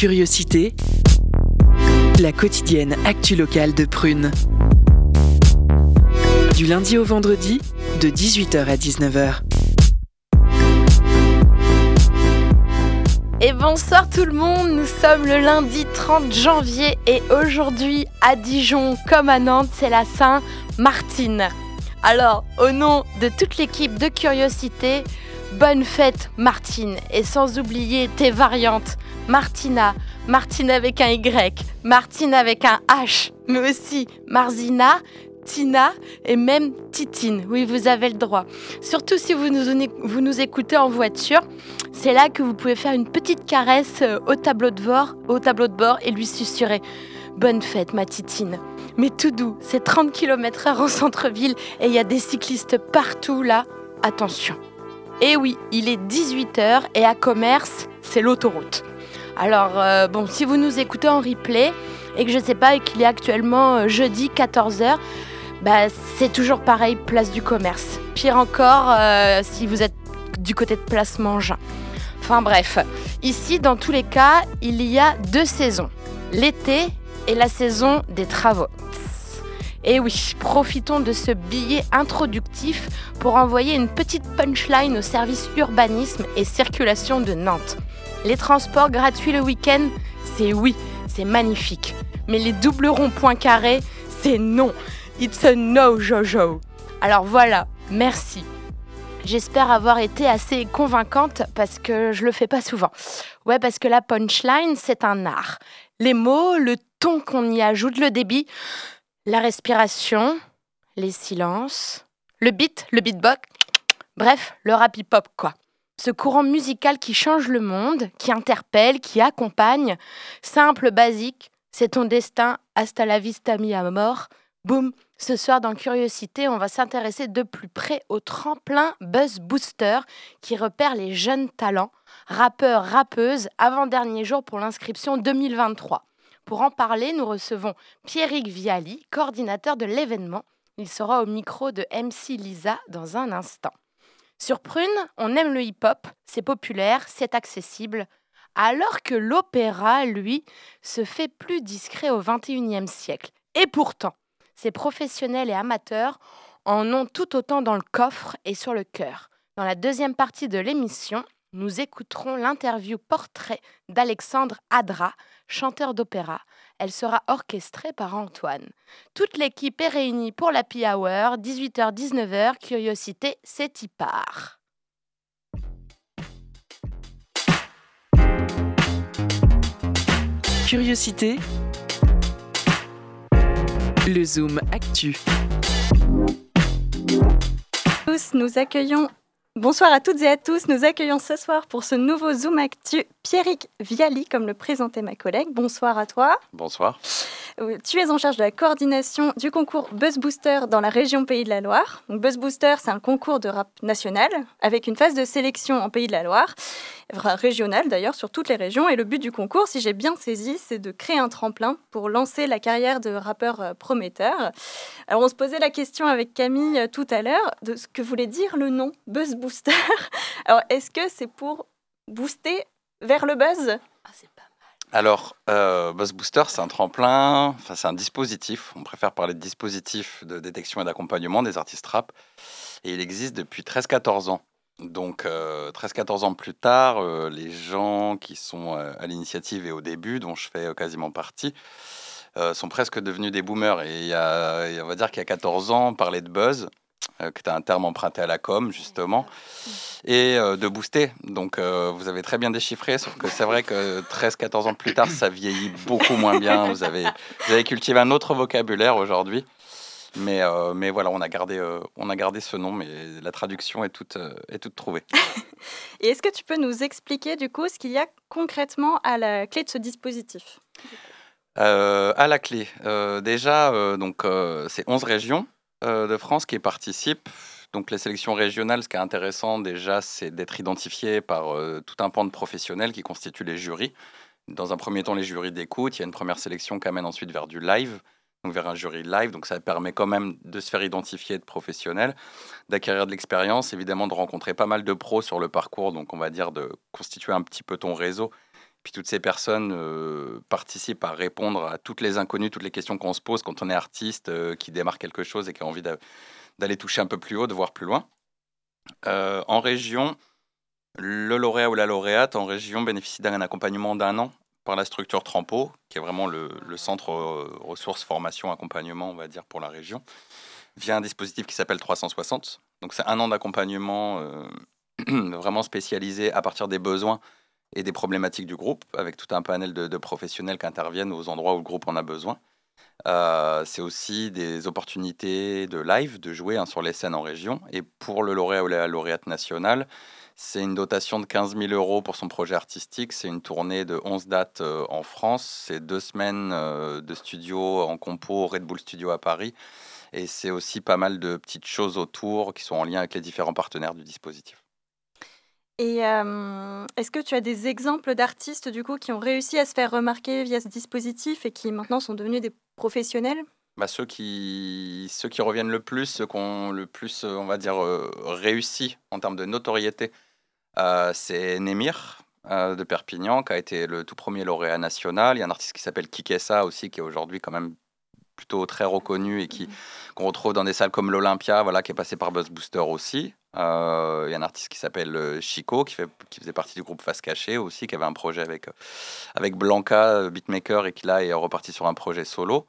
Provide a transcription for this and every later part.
Curiosité, la quotidienne actu locale de Prune. Du lundi au vendredi, de 18h à 19h. Et bonsoir tout le monde, nous sommes le lundi 30 janvier et aujourd'hui à Dijon comme à Nantes, c'est la Saint-Martine. Alors, au nom de toute l'équipe de Curiosité, bonne fête Martine et sans oublier tes variantes Martina, Martine avec un Y, Martine avec un H, mais aussi Marzina, Tina et même Titine. Oui, vous avez le droit. Surtout si vous nous écoutez en voiture, c'est là que vous pouvez faire une petite caresse au tableau de bord et lui susurrer « Bonne fête ma Titine ». Mais tout doux, c'est 30 km/h en centre-ville et il y a des cyclistes partout là. Attention. Et oui, il est 18h et à Commerce, c'est l'autoroute. Alors, si vous nous écoutez en replay et que je ne sais pas et qu'il est actuellement jeudi 14h, c'est toujours pareil, place du Commerce. Pire encore si vous êtes du côté de place Mangin. Enfin bref, ici, dans tous les cas, il y a 2 saisons. L'été et la saison des travaux. Et oui, profitons de ce billet introductif pour envoyer une petite punchline au service urbanisme et circulation de Nantes. Les transports gratuits le week-end, c'est magnifique. Mais les doubles ronds-points carrés, c'est non. It's a no, Jojo. Alors voilà, merci. J'espère avoir été assez convaincante parce que je le fais pas souvent. Ouais, parce que la punchline, c'est un art. Les mots, le ton qu'on y ajoute, le débit, la respiration, les silences, le beatbox, bref, le rap hip-hop quoi. Ce courant musical qui change le monde, qui interpelle, qui accompagne, simple, basique, c'est ton destin, hasta la vista mi amor. Boum, ce soir dans Curiosité, on va s'intéresser de plus près au tremplin Buzz Booster qui repère les jeunes talents, rappeurs, rappeuses, avant-dernier jour pour l'inscription 2023. Pour en parler, nous recevons Pierrick Viali, coordinateur de l'événement. Il sera au micro de MC Lisa dans un instant. Sur Prune, on aime le hip-hop, c'est populaire, c'est accessible, alors que l'opéra, lui, se fait plus discret au XXIe siècle. Et pourtant, ces professionnels et amateurs en ont tout autant dans le coffre et sur le cœur. Dans la deuxième partie de l'émission, nous écouterons l'interview portrait d'Alexandre Adra, chanteur d'opéra. Elle sera orchestrée par Antoine. Toute l'équipe est réunie pour l'Happy Hour, 18h-19h. Curiosité, c'est y part. Curiosité, le Zoom Actu. Bonsoir à toutes et à tous, nous accueillons ce soir pour ce nouveau Zoom Actu Pierrick Viali, comme le présentait ma collègue. Bonsoir à toi. Bonsoir. Tu es en charge de la coordination du concours Buzz Booster dans la région Pays de la Loire. Donc Buzz Booster, c'est un concours de rap national avec une phase de sélection en Pays de la Loire, régionale d'ailleurs, sur toutes les régions. Et le but du concours, si j'ai bien saisi, c'est de créer un tremplin pour lancer la carrière de rappeur prometteur. Alors on se posait la question avec Camille tout à l'heure de ce que voulait dire le nom Buzz Booster. Alors est-ce que c'est pour booster vers le buzz ? C'est pas mal. Alors, Buzz Booster, c'est un tremplin, c'est un dispositif. On préfère parler de dispositif de détection et d'accompagnement des artistes rap. Et il existe depuis 13-14 ans. Donc, 13-14 ans plus tard, les gens qui sont à l'initiative et au début, dont je fais quasiment partie, sont presque devenus des boomers. Et on va dire qu'il y a 14 ans, parler de buzz, qui est un terme emprunté à la com, justement, et de booster. Donc, vous avez très bien déchiffré, sauf que c'est vrai que 13-14 ans plus tard, ça vieillit beaucoup moins bien. Vous avez cultivé un autre vocabulaire aujourd'hui. Mais voilà, on a gardé ce nom, mais la traduction est toute trouvée. Et est-ce que tu peux nous expliquer, du coup, ce qu'il y a concrètement à la clé de ce dispositif ? À la clé, c'est 11 régions de France qui participent. Donc les sélections régionales, ce qui est intéressant déjà, c'est d'être identifié par tout un pan de professionnels qui constituent les jurys. Dans un premier temps, les jurys d'écoute. Il y a une première sélection qui amène ensuite vers du live, donc vers un jury live. Donc ça permet quand même de se faire identifier, de professionnels, d'acquérir de l'expérience, évidemment de rencontrer pas mal de pros sur le parcours. Donc on va dire de constituer un petit peu ton réseau Puis toutes ces personnes participent à répondre à toutes les inconnues, toutes les questions qu'on se pose quand on est artiste, qui démarre quelque chose et qui a envie d'aller toucher un peu plus haut, de voir plus loin. En région, le lauréat ou la lauréate en région bénéficie d'un accompagnement d'1 an par la structure Trampo, qui est vraiment le centre ressources, formation, accompagnement, on va dire, pour la région, via un dispositif qui s'appelle 360. Donc c'est 1 an d'accompagnement vraiment spécialisé à partir des besoins et des problématiques du groupe, avec tout un panel de professionnels qui interviennent aux endroits où le groupe en a besoin. C'est aussi des opportunités de live, de jouer sur les scènes en région. Et pour le lauréat ou la lauréate nationale, c'est une dotation de 15 000 € pour son projet artistique. C'est une tournée de 11 dates en France. C'est 2 semaines de studio en compo au Red Bull Studio à Paris. Et c'est aussi pas mal de petites choses autour qui sont en lien avec les différents partenaires du dispositif. Et est-ce que tu as des exemples d'artistes du coup qui ont réussi à se faire remarquer via ce dispositif et qui maintenant sont devenus des professionnels? Ceux qui reviennent le plus, ceux qui ont le plus, on va dire, réussi en termes de notoriété, c'est Némir de Perpignan, qui a été le tout premier lauréat national. Il y a un artiste qui s'appelle Kikessa aussi, qui est aujourd'hui quand même plutôt très reconnu et qu'on retrouve dans des salles comme l'Olympia, voilà, qui est passé par Buzz Booster aussi. Il y a un artiste qui s'appelle Chico, qui faisait partie du groupe Face Cachée aussi, qui avait un projet avec Blanca, beatmaker, et qui là est reparti sur un projet solo.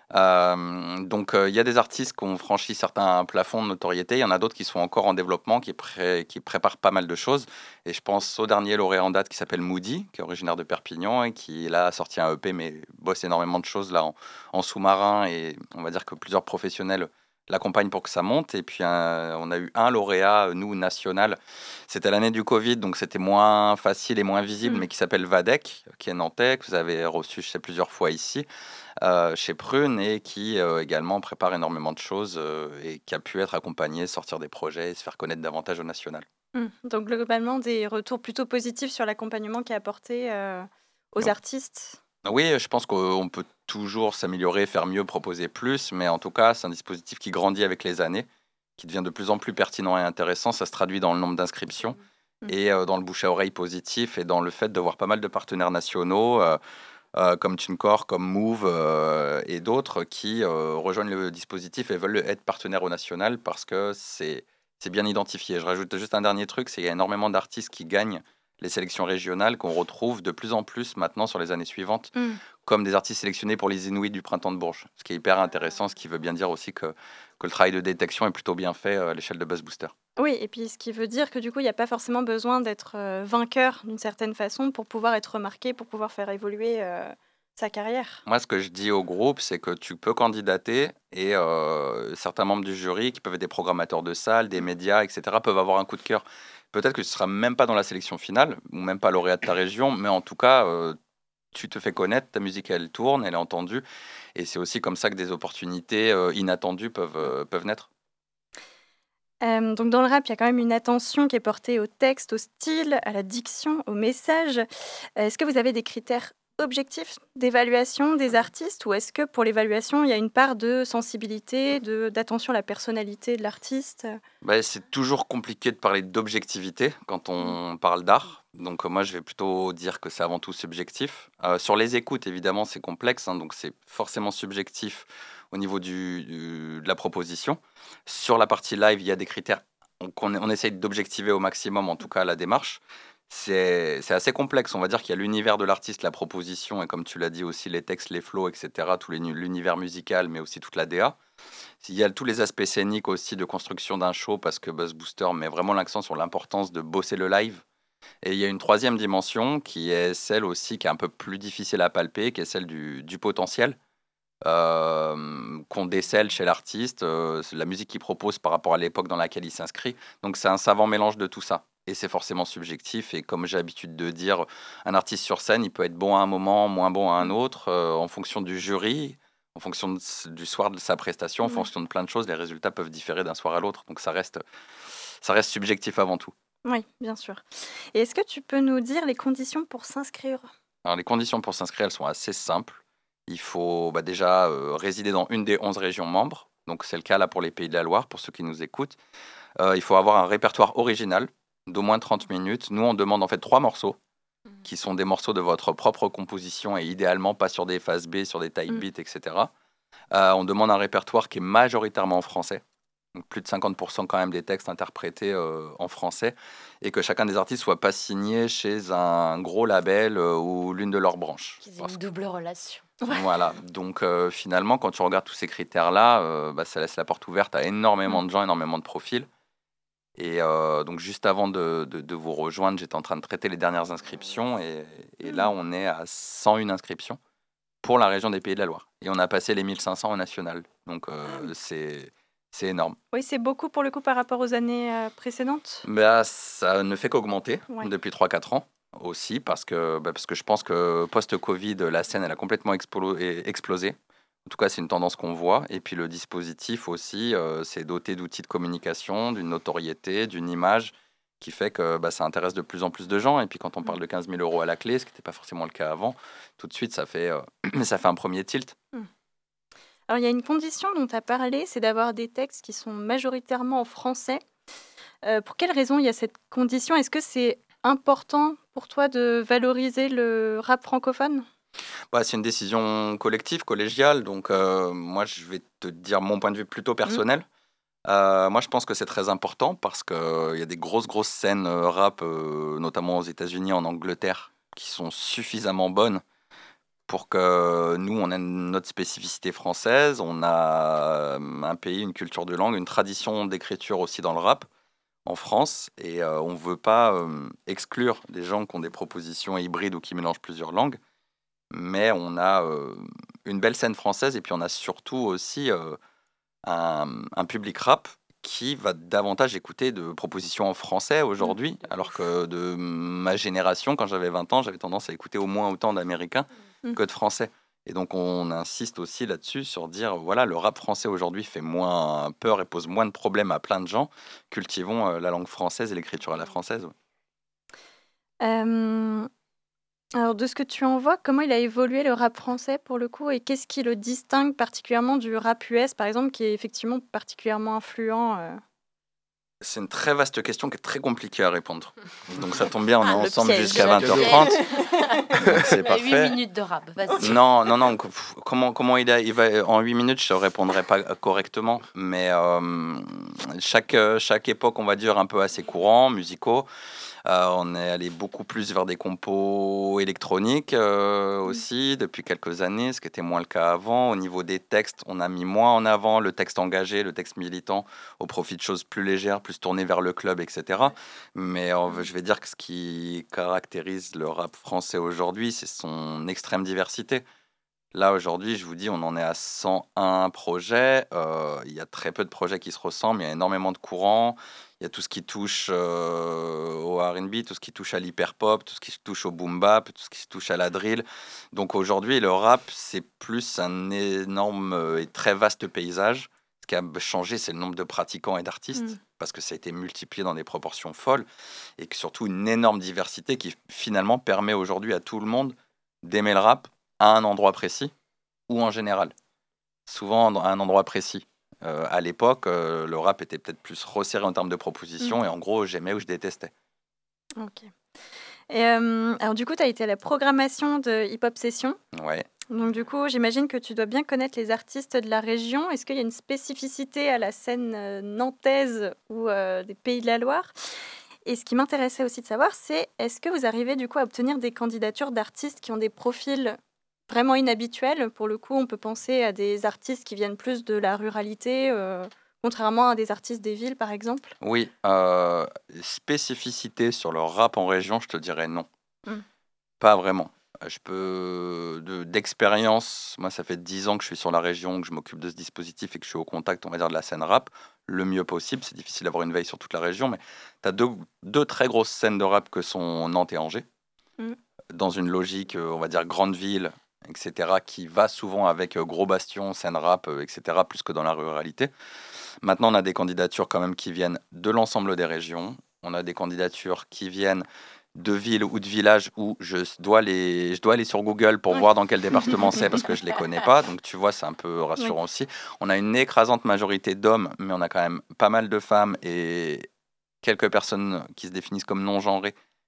Donc il y a des artistes qui ont franchi certains plafonds de notoriété, il y en a d'autres qui sont encore en développement, qui préparent pas mal de choses. Et je pense au dernier lauréat en date qui s'appelle Moody, qui est originaire de Perpignan et qui là a sorti un EP, mais bosse énormément de choses là en sous-marin, et on va dire que plusieurs professionnels l'accompagne pour que ça monte. Et puis on a eu un lauréat, nous, national. C'était l'année du Covid, donc c'était moins facile et moins visible, mais qui s'appelle Vadek, qui est nantais, que vous avez reçu, je sais, plusieurs fois ici, chez Prune, et qui également prépare énormément de choses et qui a pu être accompagné, sortir des projets et se faire connaître davantage au national. Donc globalement, des retours plutôt positifs sur l'accompagnement qui est apporté aux artistes. Oui, je pense qu'on peut toujours s'améliorer, faire mieux, proposer plus, mais en tout cas, c'est un dispositif qui grandit avec les années, qui devient de plus en plus pertinent et intéressant. Ça se traduit dans le nombre d'inscriptions et dans le bouche à oreille positif, et dans le fait de voir pas mal de partenaires nationaux comme TuneCore, comme Move et d'autres qui rejoignent le dispositif et veulent être partenaires au national parce que c'est bien identifié. Je rajoute juste un dernier truc, c'est qu'il y a énormément d'artistes qui gagnent les sélections régionales, qu'on retrouve de plus en plus maintenant sur les années suivantes, comme des artistes sélectionnés pour les Inuits du Printemps de Bourges. Ce qui est hyper intéressant, ce qui veut bien dire aussi que le travail de détection est plutôt bien fait à l'échelle de Buzz Booster. Oui, et puis ce qui veut dire que du coup, il n'y a pas forcément besoin d'être vainqueur d'une certaine façon pour pouvoir être remarqué, pour pouvoir faire évoluer sa carrière. Moi, ce que je dis au groupe, c'est que tu peux candidater, et certains membres du jury, qui peuvent être des programmateurs de salles, des médias, etc., peuvent avoir un coup de cœur. Peut-être que tu ne seras même pas dans la sélection finale, ou même pas lauréat de ta région, mais en tout cas, tu te fais connaître, ta musique, elle tourne, elle est entendue, et c'est aussi comme ça que des opportunités inattendues peuvent naître. Donc dans le rap, il y a quand même une attention qui est portée au texte, au style, à la diction, au message. Est-ce que vous avez des critères objectifs d'évaluation des artistes, ou est-ce que pour l'évaluation, il y a une part de sensibilité, d'attention à la personnalité de l'artiste? C'est toujours compliqué de parler d'objectivité quand on parle d'art. Donc moi, je vais plutôt dire que c'est avant tout subjectif. Sur les écoutes, évidemment, c'est complexe, donc c'est forcément subjectif au niveau de la proposition. Sur la partie live, il y a des critères qu'on essaye d'objectiver au maximum, en tout cas la démarche. C'est assez complexe. On va dire qu'il y a l'univers de l'artiste, la proposition, et comme tu l'as dit aussi, les textes, les flows, etc., tout l'univers musical, mais aussi toute la DA. Il y a tous les aspects scéniques aussi de construction d'un show, parce que Buzz Booster met vraiment l'accent sur l'importance de bosser le live. Et il y a une troisième dimension qui est celle aussi qui est un peu plus difficile à palper, qui est celle du potentiel qu'on décèle chez l'artiste, la musique qu'il propose par rapport à l'époque dans laquelle il s'inscrit. Donc c'est un savant mélange de tout ça. Et c'est forcément subjectif. Et comme j'ai l'habitude de dire, un artiste sur scène, il peut être bon à un moment, moins bon à un autre, en fonction du jury, en fonction du soir de sa prestation, en fonction de plein de choses. Les résultats peuvent différer d'un soir à l'autre. Donc ça reste subjectif avant tout. Oui, bien sûr. Et est-ce que tu peux nous dire les conditions pour s'inscrire? Alors les conditions pour s'inscrire, elles sont assez simples. Il faut déjà résider dans une des 11 régions membres. Donc c'est le cas là pour les Pays de la Loire, pour ceux qui nous écoutent. Il faut avoir un répertoire original d'au moins 30 minutes. Nous, on demande en fait 3 morceaux. qui sont des morceaux de votre propre composition et idéalement pas sur des phases B, sur des type beats, etc. On demande un répertoire qui est majoritairement en français. Donc plus de 50% quand même des textes interprétés en français, et que chacun des artistes soit pas signé chez un gros label ou l'une de leurs branches. Qu'ils aient une double relation. Voilà, donc finalement, quand tu regardes tous ces critères-là, ça laisse la porte ouverte à énormément de gens, énormément de profils. Et donc juste avant de vous rejoindre, j'étais en train de traiter les dernières inscriptions, et là, on est à 101 inscriptions pour la région des Pays de la Loire. Et on a passé les 1500 au national, donc c'est énorme. Oui, c'est beaucoup pour le coup par rapport aux années précédentes. Ça ne fait qu'augmenter depuis 3-4 ans aussi, parce que je pense que post-Covid, la scène elle a complètement explosé. En tout cas, c'est une tendance qu'on voit. Et puis le dispositif aussi, c'est doté d'outils de communication, d'une notoriété, d'une image qui fait que ça intéresse de plus en plus de gens. Et puis quand on parle de 15 000 € à la clé, ce qui n'était pas forcément le cas avant, tout de suite, ça fait un premier tilt. Alors, il y a une condition dont tu as parlé, c'est d'avoir des textes qui sont majoritairement en français. Pour quelle raison il y a cette condition ? Est-ce que c'est important pour toi de valoriser le rap francophone ? C'est une décision collective, collégiale. Donc, moi, je vais te dire mon point de vue plutôt personnel. Moi, je pense que c'est très important parce qu'il y a des grosses scènes rap, notamment aux États-Unis, en Angleterre, qui sont suffisamment bonnes pour que nous, on ait notre spécificité française. On a un pays, une culture de langue, une tradition d'écriture aussi dans le rap en France. Et on ne veut pas exclure des gens qui ont des propositions hybrides ou qui mélangent plusieurs langues. Mais on a une belle scène française, et puis on a surtout aussi un public rap qui va davantage écouter de propositions en français aujourd'hui, alors que de ma génération, quand j'avais 20 ans, j'avais tendance à écouter au moins autant d'américains que de français. Et donc on insiste aussi là-dessus, sur dire, voilà, le rap français aujourd'hui fait moins peur et pose moins de problèmes à plein de gens. Cultivons la langue française et l'écriture à la française. Alors, de ce que tu en vois, comment il a évolué le rap français pour le coup, et qu'est-ce qui le distingue particulièrement du rap US, par exemple, qui est effectivement particulièrement influent C'est une très vaste question qui est très compliquée à répondre. Donc ça tombe bien, on est ensemble piège. jusqu'à 20h30. C'est On a 8 parfait. minutes de rap, vas-y. Non, comment il va en 8 minutes, je ne répondrai pas correctement, mais chaque époque, on va dire, un peu à ses courants musicaux. On est allé beaucoup plus vers des compos électroniques aussi depuis quelques années, ce qui était moins le cas avant. Au niveau des textes, on a mis moins en avant le texte engagé, le texte militant, au profit de choses plus légères, plus tournées vers le club, etc. Mais je vais dire que ce qui caractérise le rap français aujourd'hui, c'est son extrême diversité. Là, aujourd'hui, je vous dis, on en est à 101 projets. Il y a très peu de projets qui se ressemblent. Il y a énormément de courants. Il y a tout ce qui touche au R&B, tout ce qui touche à l'hyperpop, tout ce qui touche au boom bap, tout ce qui touche à la drill. Donc aujourd'hui, le rap, c'est plus un énorme et très vaste paysage. Ce qui a changé, c'est le nombre de pratiquants et d'artistes, parce que ça a été multiplié dans des proportions folles, et que surtout une énorme diversité qui finalement permet aujourd'hui à tout le monde d'aimer le rap à un endroit précis ou en général. Souvent à un endroit précis. À l'époque, le rap était peut-être plus resserré en termes de propositions, et en gros, j'aimais ou je détestais. Ok. Et alors du coup, tu as été à la programmation de Hip Hop Session. Ouais. Donc du coup, j'imagine que tu dois bien connaître les artistes de la région. Est-ce qu'il y a une spécificité à la scène nantaise ou des Pays de la Loire ? Et ce qui m'intéressait aussi de savoir, c'est est-ce que vous arrivez du coup à obtenir des candidatures d'artistes qui ont des profils vraiment inhabituels ? Pour le coup, on peut penser à des artistes qui viennent plus de la ruralité, contrairement à des artistes des villes, par exemple. Oui, spécificité sur le rap en région, je te dirais non. Pas vraiment. Je peux, d'expérience, moi ça fait 10 ans que je suis sur la région, que je m'occupe de ce dispositif et que je suis au contact, on va dire, de la scène rap, le mieux possible. C'est difficile d'avoir une veille sur toute la région, mais tu as deux très grosses scènes de rap que sont Nantes et Angers, dans une logique, on va dire, grande ville, etc., qui va souvent avec gros bastions, scène rap, etc., plus que dans la ruralité. Maintenant, on a des candidatures quand même qui viennent de l'ensemble des régions. On a des candidatures qui viennent de villes ou de villages où je dois aller sur Google pour voir dans quel département c'est, parce que je ne les connais pas. Donc, tu vois, c'est un peu rassurant aussi. On a une écrasante majorité d'hommes, mais on a quand même pas mal de femmes et quelques personnes qui se définissent comme non-genrées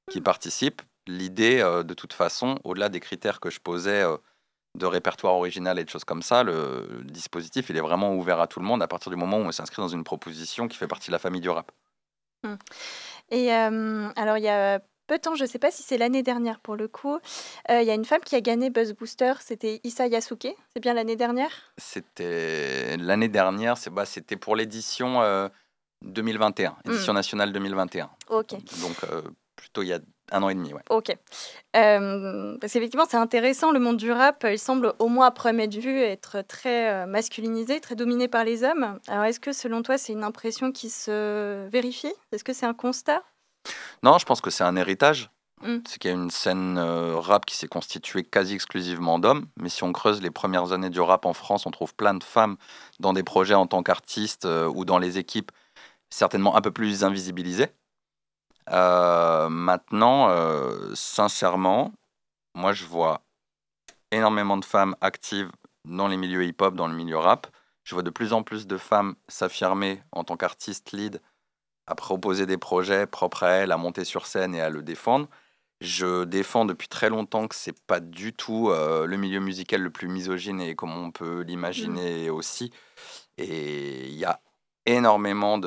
qui participent. L'idée, de toute façon, au-delà des critères que je posais de répertoire original et de choses comme ça, le dispositif, il est vraiment ouvert à tout le monde à partir du moment où on s'inscrit dans une proposition qui fait partie de la famille du rap. Mm. Et alors, il y a peu de temps, je ne sais pas si c'est l'année dernière pour le coup, il y a une femme qui a gagné Buzz Booster, c'était Issa Yasuke, c'est bien l'année dernière? C'était l'année dernière, c'était pour l'édition 2021, édition nationale 2021. Ok. Donc, plutôt il y a 1 an et demi, ouais. Ok. Parce qu'effectivement, c'est intéressant, le monde du rap, il semble au moins à première vue être très masculinisé, très dominé par les hommes. Alors, est-ce que selon toi, c'est une impression qui se vérifie? Est-ce que c'est un constat? Non, je pense que c'est un héritage. Mm. C'est qu'il y a une scène rap qui s'est constituée quasi exclusivement d'hommes. Mais si on creuse les premières années du rap en France, on trouve plein de femmes dans des projets en tant qu'artistes ou dans les équipes, certainement un peu plus invisibilisées. Maintenant, sincèrement, moi je vois énormément de femmes actives dans les milieux hip-hop, dans le milieu rap. Je vois de plus en plus de femmes s'affirmer en tant qu'artistes lead, à proposer des projets propres à elles, à monter sur scène et à le défendre. Je défends depuis très longtemps que c'est pas du tout le milieu musical le plus misogyne et comme on peut l'imaginer aussi. Et il y a énormément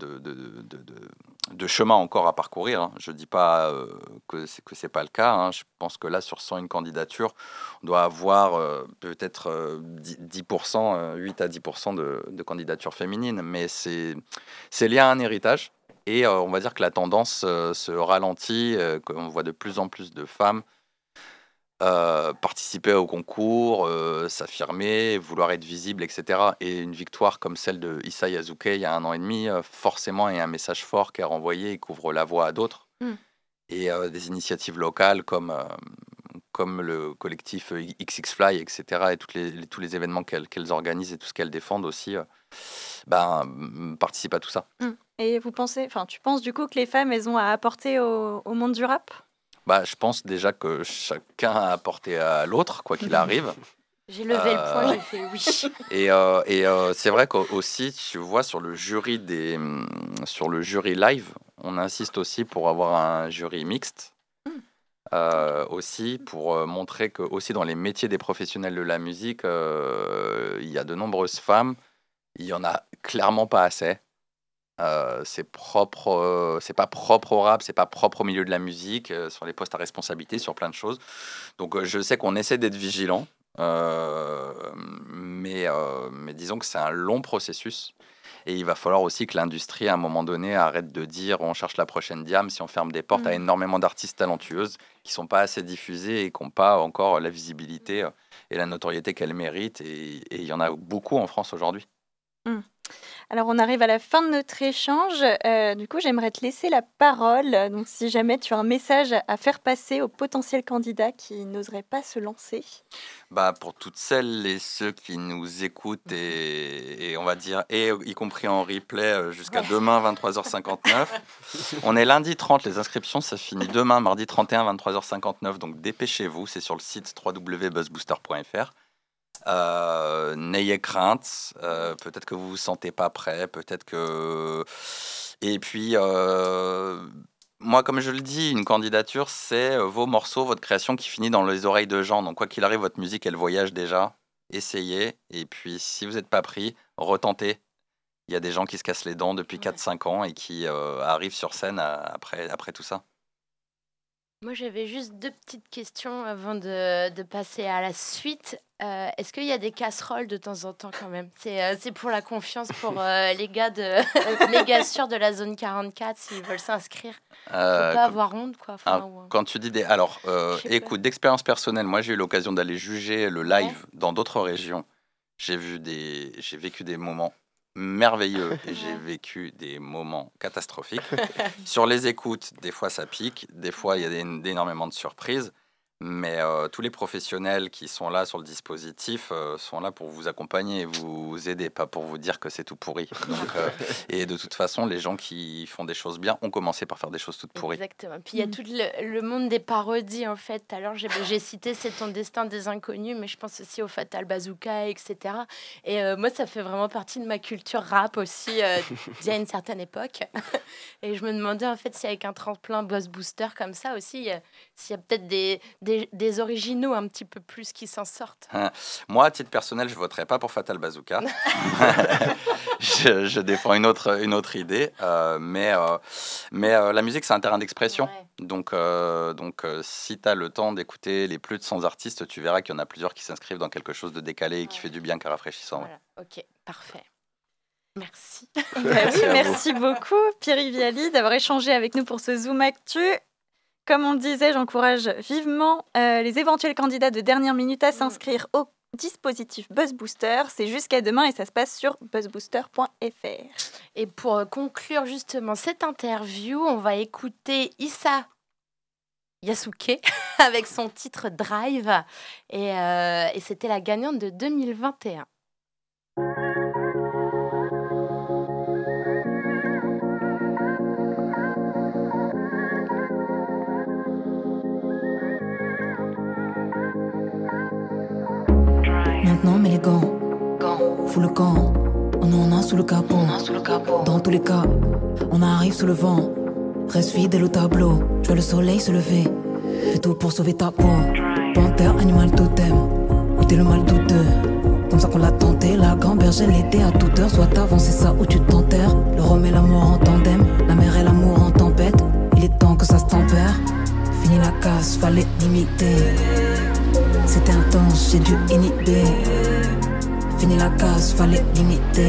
de chemin encore à parcourir, hein. Je ne dis pas que c'est pas le cas, hein. Je pense que là, sur 101 candidatures, on doit avoir peut-être 10%, 8 à 10% de candidatures féminines. Mais c'est lié à un héritage. Et on va dire que la tendance se ralentit, qu'on voit de plus en plus de femmes participer au concours, s'affirmer, vouloir être visible, etc. Et une victoire comme celle de Issa Yasuke il y a 1 an et demi, forcément, il y a un message fort qui est renvoyé et qui ouvre la voie à d'autres. Et des initiatives locales comme le collectif XXFly, etc. et tous les événements qu'elles organisent et tout ce qu'elles défendent aussi, participent à tout ça. Et tu penses du coup que les femmes, elles ont à apporter au monde du rap? Je pense déjà que chacun a apporté à l'autre, quoi qu'il arrive. J'ai levé le poing, j'ai fait oui. Et c'est vrai qu'aussi, tu vois, sur le jury live, on insiste aussi pour avoir un jury mixte. Aussi pour montrer que aussi dans les métiers des professionnels de la musique, il y a de nombreuses femmes. Il y en a clairement pas assez. C'est pas propre au rap, c'est pas propre au milieu de la musique, sur les postes à responsabilité, sur plein de choses. Donc je sais qu'on essaie d'être vigilant, mais disons que c'est un long processus. Et il va falloir aussi que l'industrie, à un moment donné, arrête de dire on cherche la prochaine diam si on ferme des portes à énormément d'artistes talentueuses qui sont pas assez diffusés et qui n'ont pas encore la visibilité et la notoriété qu'elles méritent. Et il y en a beaucoup en France aujourd'hui. Alors, on arrive à la fin de notre échange. Du coup, j'aimerais te laisser la parole. Donc, si jamais tu as un message à faire passer aux potentiels candidats qui n'oseraient pas se lancer. Pour toutes celles et ceux qui nous écoutent et on va dire, et y compris en replay jusqu'à demain 23h59. On est lundi 30, les inscriptions, ça finit demain, mardi 31, 23h59. Donc, dépêchez-vous, c'est sur le site www.buzzbooster.fr. N'ayez crainte, peut-être que vous vous sentez pas prêt, peut-être que... Et puis, moi, comme je le dis, une candidature, c'est vos morceaux, votre création qui finit dans les oreilles de gens. Donc, quoi qu'il arrive, votre musique, elle voyage déjà. Essayez. Et puis, si vous n'êtes pas pris, retentez. Il y a des gens qui se cassent les dents depuis 4-5 ans et qui arrivent sur scène après tout ça. Moi, j'avais juste 2 petites questions avant de passer à la suite. Est-ce qu'il y a des casseroles de temps en temps quand même? C'est pour la confiance pour les gars sûrs de la zone 44 s'ils veulent s'inscrire. Faut pas avoir honte, quoi. Quand tu dis des... Alors, écoute, d'expérience personnelle, moi j'ai eu l'occasion d'aller juger le live dans d'autres régions. J'ai vécu des moments merveilleux et j'ai vécu des moments catastrophiques. Sur les écoutes, des fois ça pique, des fois il y a énormément de surprises. Mais tous les professionnels qui sont là sur le dispositif sont là pour vous accompagner et vous aider, pas pour vous dire que c'est tout pourri. Donc, et de toute façon, les gens qui font des choses bien ont commencé par faire des choses toutes pourries. Exactement. Puis il y a tout le monde des parodies, en fait. Alors, j'ai cité C'est ton destin des inconnus, mais je pense aussi au Fatal Bazooka, etc. Et moi, ça fait vraiment partie de ma culture rap aussi, d'il y a une certaine époque. Et je me demandais, en fait, si avec un tremplin Buzz Booster comme ça aussi, s'il y a peut-être des originaux un petit peu plus qui s'en sortent. Moi, à titre personnel, je ne voterai pas pour Fatal Bazooka. je défends une autre idée. Mais la musique, c'est un terrain d'expression. Ouais. Donc, si tu as le temps d'écouter les plus de 100 artistes, tu verras qu'il y en a plusieurs qui s'inscrivent dans quelque chose de décalé et qui fait du bien, qui est rafraîchissant. Voilà. Ok, parfait. Merci. Merci beaucoup, Pierre Viali, d'avoir échangé avec nous pour ce Zoom Actu. Comme on le disait, j'encourage vivement les éventuels candidats de dernière minute à s'inscrire au dispositif Buzz Booster. C'est jusqu'à demain et ça se passe sur buzzbooster.fr. Et pour conclure justement cette interview, on va écouter Issa Yasuke avec son titre Drive. Et c'était la gagnante de 2021. Maintenant, mets les gants. Fous le camp. On en a sous le capot. Dans tous les cas, on arrive sous le vent. Reste fidèle au tableau. Je vois le soleil se lever. Fais tout pour sauver ta peau. Panthère, animal totem. Où t'es le mal douteux. Comme ça qu'on l'a tenté. La gambergère l'été à toute heure. Soit avancé ça ou tu t'enterres. Le rhum et l'amour en tandem. La mer et l'amour en tempête. Il est temps que ça se tempère. Fini la casse, fallait limiter. C'était intense, j'ai dû inhiber. Fini la casse, fallait limiter.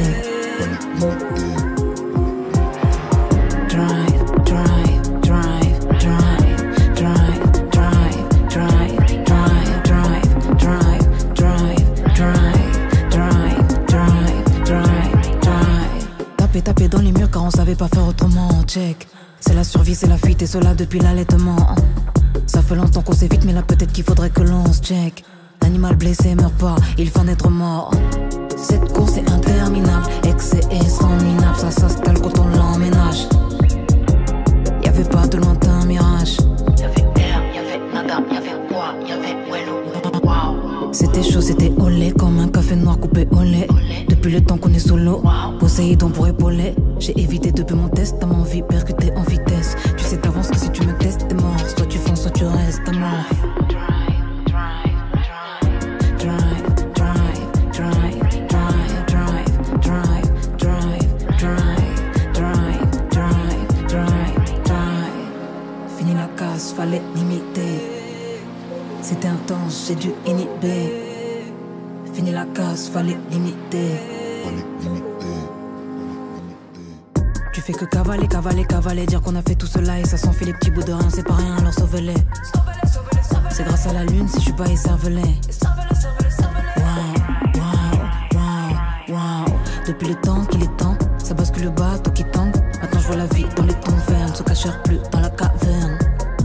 Drive, drive, drive, drive, drive, drive, drive, drive, drive, drive, drive, drive, drive, drive, drive. Taper dans les murs car on savait pas faire autrement. Check, c'est la survie, c'est la fuite et cela depuis l'allaitement. Ça fait longtemps qu'on s'évite mais là peut-être qu'il faudrait que l'on se check. L'animal blessé meurt pas, il faut en être mort. Cette course est interminable, excès et sans minable. Ça s'installe quand on l'emménage. Y'avait pas de lointain mirage. Y'avait air, y'avait nada, y'avait bois, y'avait wello. Wow. C'était chaud, c'était olé, comme un café noir coupé au lait. Depuis le temps qu'on est solo, Poséidon pour épauler. J'ai évité depuis mon test, t'as envie percuter en vitesse. Tu sais d'avance que si tu me testes, t'es mort. Soit tu fonces, soit tu restes à mort. Fallait limiter. C'était intense, j'ai dû inhiber. Fini la casse, fallait limiter. Tu fais que cavaler, dire qu'on a fait tout cela et ça s'en fait les petits bouts de rien, c'est pas rien, alors sauve-les. C'est grâce à la lune si je suis pas écervelé. Wow. Depuis le temps qu'il est temps, ça bascule le bateau qui tangue. Maintenant je vois la vie dans les tons verts, ne se cachèrent plus dans la caverne.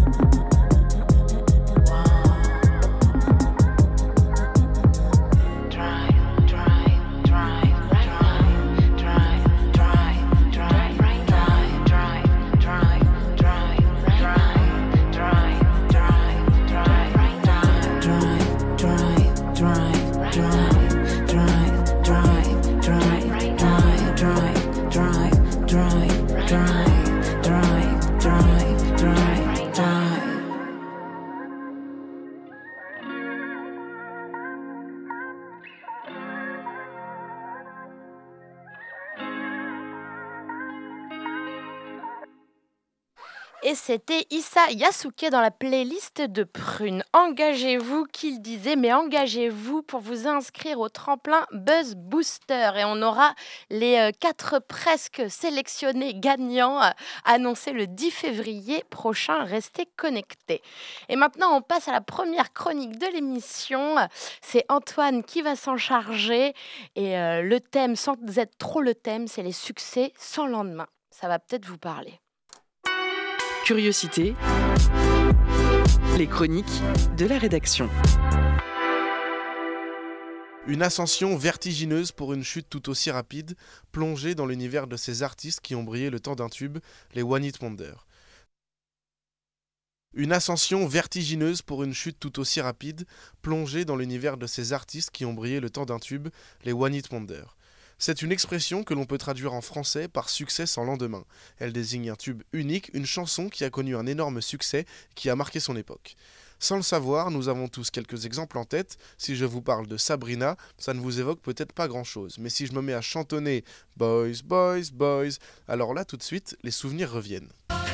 Et c'était Issa Yasuke dans la playlist de Prune. Engagez-vous, qu'il disait, mais engagez-vous pour vous inscrire au tremplin Buzz Booster. Et on aura les 4 presque sélectionnés gagnants annoncés le 10 février prochain. Restez connectés. Et maintenant, on passe à la première chronique de l'émission. C'est Antoine qui va s'en charger. Et le thème, sans être trop le thème, c'est les succès sans lendemain. Ça va peut-être vous parler. Curiosité. Les chroniques de la rédaction. Une ascension vertigineuse pour une chute tout aussi rapide, plongée dans l'univers de ces artistes qui ont brillé le temps d'un tube, les One Hit Wonder. Une ascension vertigineuse pour une chute tout aussi rapide, plongée dans l'univers de ces artistes qui ont brillé le temps d'un tube, les One Hit Wonder. C'est une expression que l'on peut traduire en français par succès sans lendemain. Elle désigne un tube unique, une chanson qui a connu un énorme succès, qui a marqué son époque. Sans le savoir, nous avons tous quelques exemples en tête. Si je vous parle de Sabrina, ça ne vous évoque peut-être pas grand-chose. Mais si je me mets à chantonner « Boys, boys, boys », alors là, tout de suite, les souvenirs reviennent.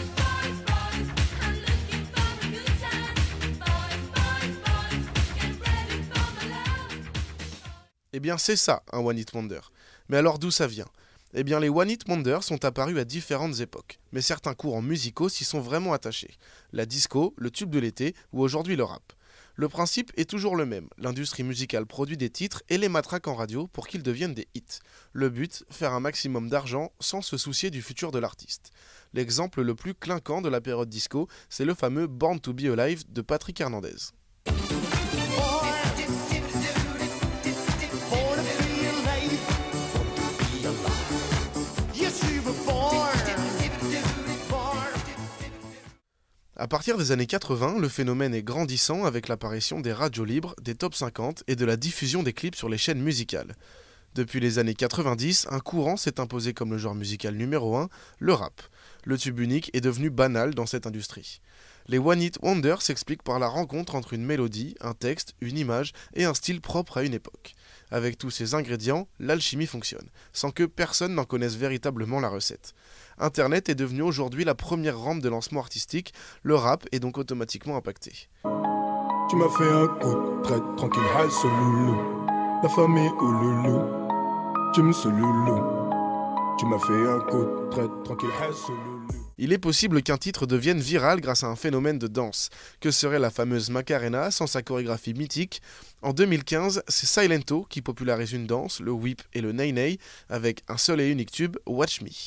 Eh bien, c'est ça, un One Hit Wonder. Mais alors d'où ça vient ? Eh bien, les One Hit Wonders sont apparus à différentes époques, mais certains courants musicaux s'y sont vraiment attachés. La disco, le tube de l'été, ou aujourd'hui le rap. Le principe est toujours le même, l'industrie musicale produit des titres et les matraque en radio pour qu'ils deviennent des hits. Le but, faire un maximum d'argent sans se soucier du futur de l'artiste. L'exemple le plus clinquant de la période disco, c'est le fameux Born to Be Alive de Patrick Hernandez. À partir des années 80, le phénomène est grandissant avec l'apparition des radios libres, des top 50 et de la diffusion des clips sur les chaînes musicales. Depuis les années 90, un courant s'est imposé comme le genre musical numéro 1, le rap. Le tube unique est devenu banal dans cette industrie. Les One Hit Wonders s'expliquent par la rencontre entre une mélodie, un texte, une image et un style propre à une époque. Avec tous ces ingrédients, l'alchimie fonctionne, sans que personne n'en connaisse véritablement la recette. Internet est devenu aujourd'hui la première rampe de lancement artistique, le rap est donc automatiquement impacté. Tu m'as fait un coup de traite, tranquille, hal ce loulou. La famille ou loulou, tu me ce loulou. Tu m'as fait un coup de traite, tranquille, hal ce loulou. Il est possible qu'un titre devienne viral grâce à un phénomène de danse. Que serait la fameuse Macarena sans sa chorégraphie mythique ? En 2015, c'est Silento qui popularise une danse, le whip et le nay-nay, avec un seul et unique tube, Watch Me.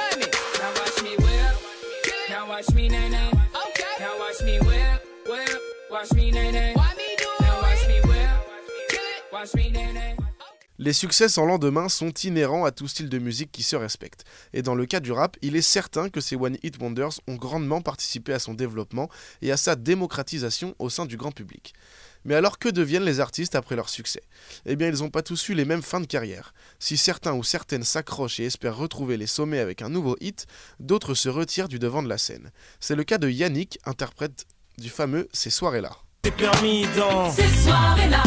Les succès sans lendemain sont inhérents à tout style de musique qui se respecte. Et dans le cas du rap, il est certain que ces One Hit Wonders ont grandement participé à son développement et à sa démocratisation au sein du grand public. Mais alors que deviennent les artistes après leur succès ? Eh bien, ils n'ont pas tous eu les mêmes fins de carrière. Si certains ou certaines s'accrochent et espèrent retrouver les sommets avec un nouveau hit, d'autres se retirent du devant de la scène. C'est le cas de Yannick, interprète du fameux Ces soirées-là. T'es permis dans Ces soirées-là,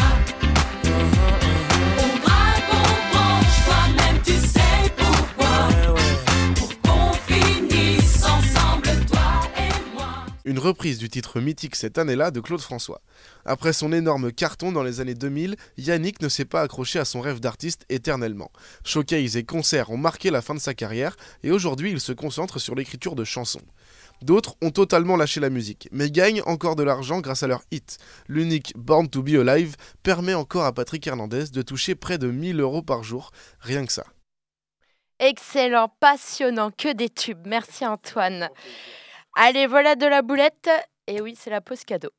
on braque, on branche, toi-même tu sais pourquoi. Pour qu'on finisse ensemble, toi et moi. Une reprise du titre mythique cette année-là de Claude François. Après son énorme carton dans les années 2000, Yannick ne s'est pas accroché à son rêve d'artiste éternellement. Showcase et concerts ont marqué la fin de sa carrière et aujourd'hui il se concentre sur l'écriture de chansons. D'autres ont totalement lâché la musique, mais gagnent encore de l'argent grâce à leur hit. L'unique Born to Be Alive permet encore à Patrick Hernandez de toucher près de 1 000 € par jour, rien que ça. Excellent, passionnant, que des tubes. Merci Antoine. Allez, voilà de la boulette. Et oui, c'est la pause cadeau.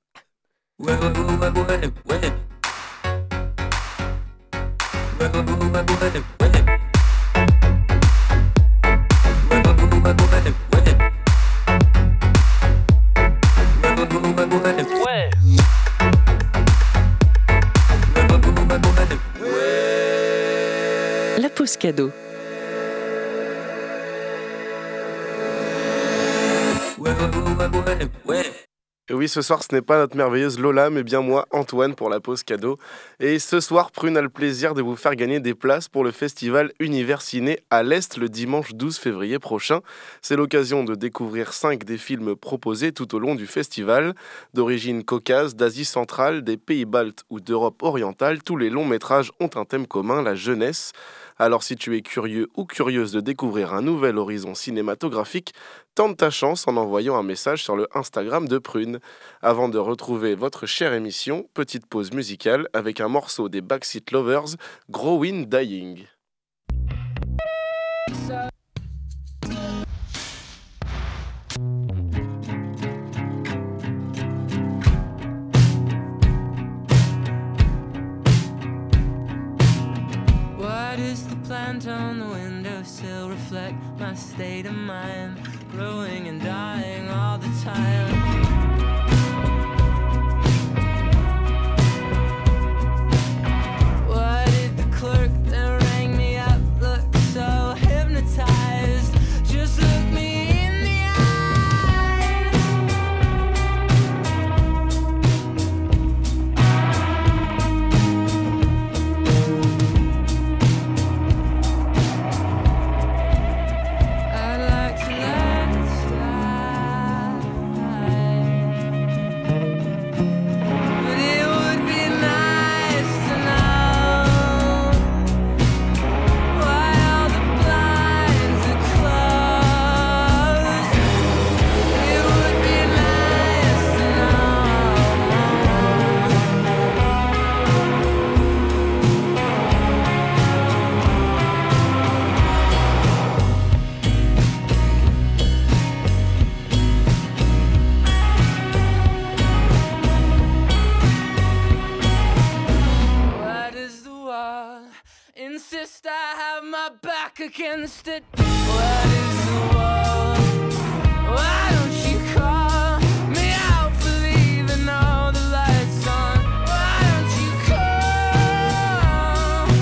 La pause cadeau. Et oui, ce soir, ce n'est pas notre merveilleuse Lola, mais bien moi, Antoine, pour la pause cadeau. Et ce soir, Prune a le plaisir de vous faire gagner des places pour le festival Univers Ciné à l'Est le dimanche 12 février prochain. C'est l'occasion de découvrir 5 des films proposés tout au long du festival. D'origine caucase, d'Asie centrale, des pays baltes ou d'Europe orientale, tous les longs métrages ont un thème commun, la jeunesse. Alors si tu es curieux ou curieuse de découvrir un nouvel horizon cinématographique, tente ta chance en envoyant un message sur le Instagram de Prune. Avant de retrouver votre chère émission, petite pause musicale avec un morceau des Backseat Lovers, Growing Dying. of mine, growing and dying all the time. Why did the clerk that rang me up look so hypnotized? Just look me in the eye. I'd like to let it slide, but it would be nice to know why all the blinds are closed. It would be nice to know. Why does the wall insist I have my back against it? What is the wall? Why don't you call me out for leaving all the lights on? Why don't you call?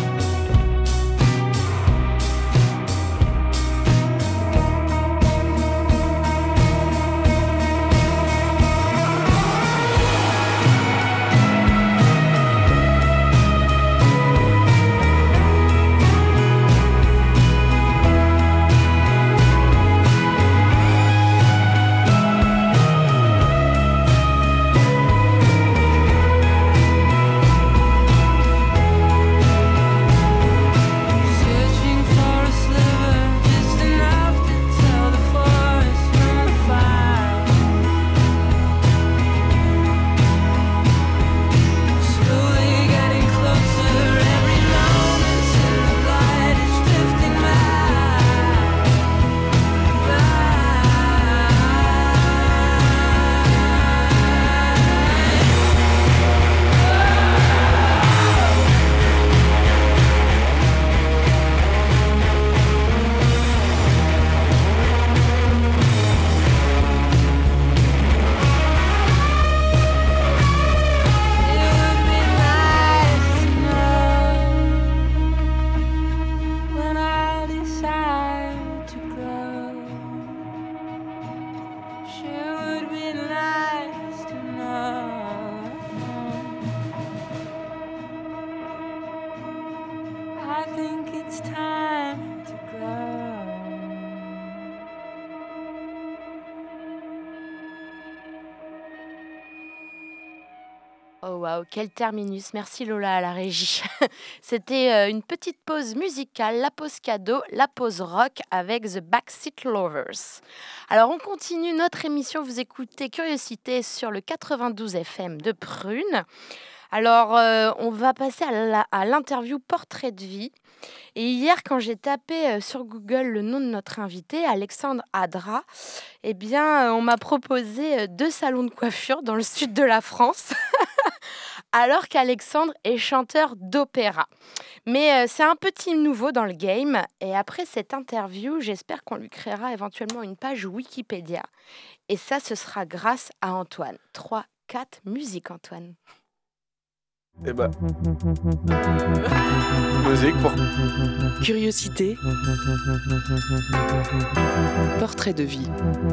Searching for a sliver, just enough to tell the forest from the fire. Slowly getting closer, every moment till the light is drifting by. It would be nice to know when I decide to grow. Sure would be nice to know. I think it's time to grow. Oh waouh, quel terminus. Merci Lola à la régie. C'était une petite pause musicale, la pause cadeau, la pause rock avec The Backseat Lovers. Alors on continue notre émission, vous écoutez Curiosité sur le 92 FM de Prune. Alors on va passer à l'interview portrait de vie. Et hier, quand j'ai tapé sur Google le nom de notre invité, Alexandre Adra, eh bien, on m'a proposé 2 salons de coiffure dans le sud de la France, alors qu'Alexandre est chanteur d'opéra. Mais c'est un petit nouveau dans le game. Et après cette interview, j'espère qu'on lui créera éventuellement une page Wikipédia. Et ça, ce sera grâce à Antoine. 3, 4, musique Antoine. Eh bah. Musique pour. Curiosité. Portrait de vie.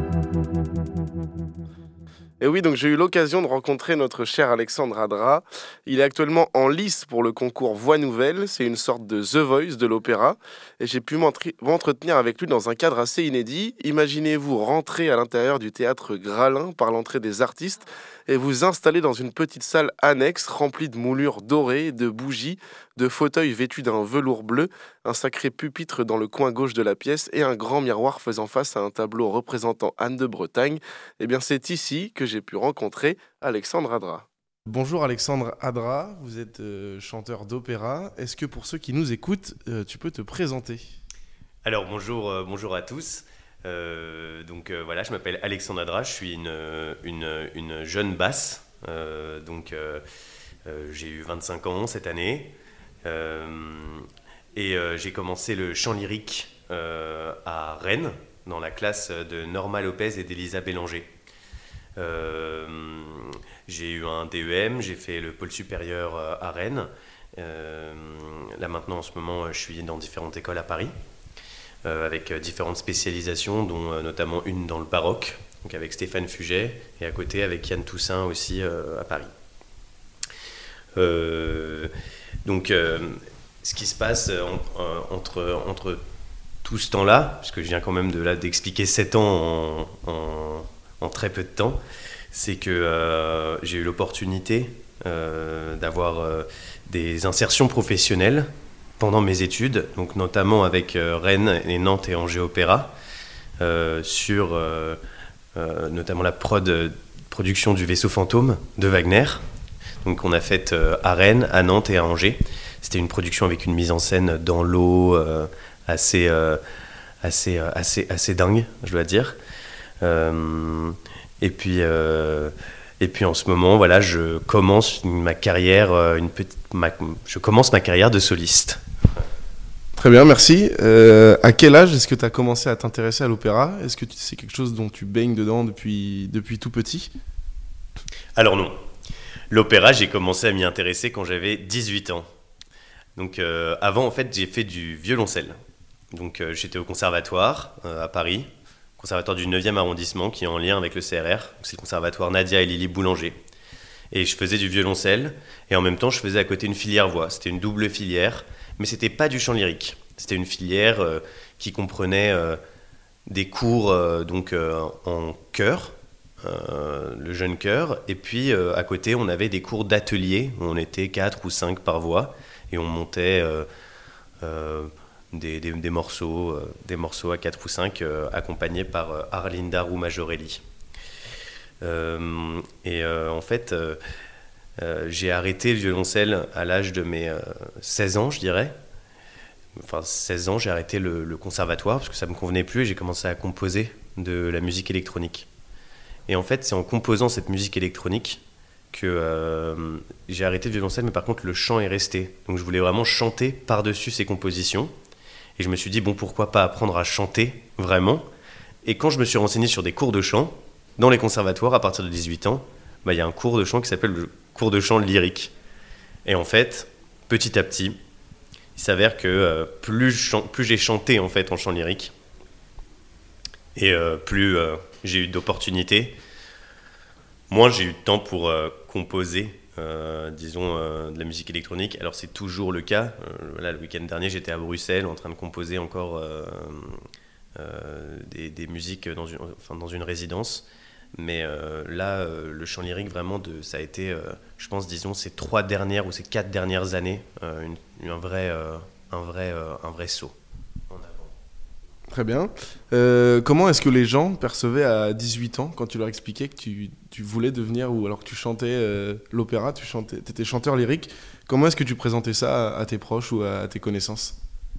Et oui, donc j'ai eu l'occasion de rencontrer notre cher Alexandre Adra. Il est actuellement en lice pour le concours Voix Nouvelle. C'est une sorte de The Voice de l'opéra. Et j'ai pu m'entretenir avec lui dans un cadre assez inédit. Imaginez-vous rentrer à l'intérieur du théâtre Gralin par l'entrée des artistes et vous installer dans une petite salle annexe remplie de moulures dorées, de bougies, de fauteuils vêtus d'un velours bleu, un sacré pupitre dans le coin gauche de la pièce et un grand miroir faisant face à un tableau représentant Anne de Bretagne. Eh bien, c'est ici que j'ai pu rencontrer Alexandre Adra. Bonjour Alexandre Adra, vous êtes chanteur d'opéra. Est-ce que pour ceux qui nous écoutent, tu peux te présenter ? Alors bonjour à tous. Voilà, je m'appelle Alexandre Adra, je suis une jeune basse. J'ai eu 25 ans cette année. J'ai commencé le chant lyrique à Rennes, dans la classe de Norma Lopez et d'Elisa Bélanger. J'ai eu un DEM, j'ai fait le pôle supérieur à Rennes. Là maintenant, en ce moment, je suis dans différentes écoles à Paris, avec différentes spécialisations, dont notamment une dans le baroque, donc avec Stéphane Fuget, et à côté avec Yann Toussaint aussi à Paris. Donc, ce qui se passe entre tout ce temps-là, parce que je viens quand même d'expliquer 7 ans en très peu de temps, c'est que j'ai eu l'opportunité d'avoir des insertions professionnelles pendant mes études, donc notamment avec Rennes et Nantes et Angers Opéra, sur notamment la production du Vaisseau fantôme de Wagner. Donc on a fait à Rennes, à Nantes et à Angers. C'était une production avec une mise en scène dans l'eau assez dingue, je dois dire. Et puis en ce moment, voilà, je commence ma carrière de soliste. Très bien, merci. À quel âge est-ce que tu as commencé à t'intéresser à l'opéra ? Est-ce que c'est quelque chose dont tu baignes dedans depuis tout petit ? Alors non. L'opéra, j'ai commencé à m'y intéresser quand j'avais 18 ans. Donc avant, en fait, j'ai fait du violoncelle. Donc j'étais au conservatoire à Paris, conservatoire du 9e arrondissement qui est en lien avec le CRR. C'est le conservatoire Nadia et Lily Boulanger. Et je faisais du violoncelle et en même temps, je faisais à côté une filière voix. C'était une double filière, mais c'était pas du chant lyrique. C'était une filière qui comprenait des cours en chœur, le jeune chœur, et puis à côté on avait des cours d'atelier où on était 4 ou 5 par voix et on montait des morceaux à 4 ou 5 accompagnés par Arlinda Roux-Majorelli. En fait j'ai arrêté le violoncelle à l'âge de mes 16 ans, je dirais. Enfin 16 ans, j'ai arrêté le conservatoire parce que ça me convenait plus et j'ai commencé à composer de la musique électronique. Et en fait, c'est en composant cette musique électronique que j'ai arrêté le violoncelle, mais par contre, le chant est resté. Donc, je voulais vraiment chanter par-dessus ces compositions. Et je me suis dit, bon, pourquoi pas apprendre à chanter vraiment ? Et quand je me suis renseigné sur des cours de chant, dans les conservatoires, à partir de 18 ans, y a un cours de chant qui s'appelle le cours de chant lyrique. Et en fait, petit à petit, il s'avère que plus j'ai chanté en fait en chant lyrique, et plus j'ai eu d'opportunités, moins j'ai eu de temps pour composer, de la musique électronique. Alors c'est toujours le cas. Là, le week-end dernier, j'étais à Bruxelles en train de composer encore des musiques dans une résidence. Mais là, le chant lyrique, vraiment, ça a été, je pense, disons, ces 3 dernières ou ces 4 dernières années, un vrai saut en avant. Très bien. Comment est-ce que les gens percevaient à 18 ans, quand tu leur expliquais que tu voulais devenir, ou alors que tu chantais l'opéra, tu étais chanteur lyrique, comment est-ce que tu présentais ça à tes proches ou à tes connaissances ?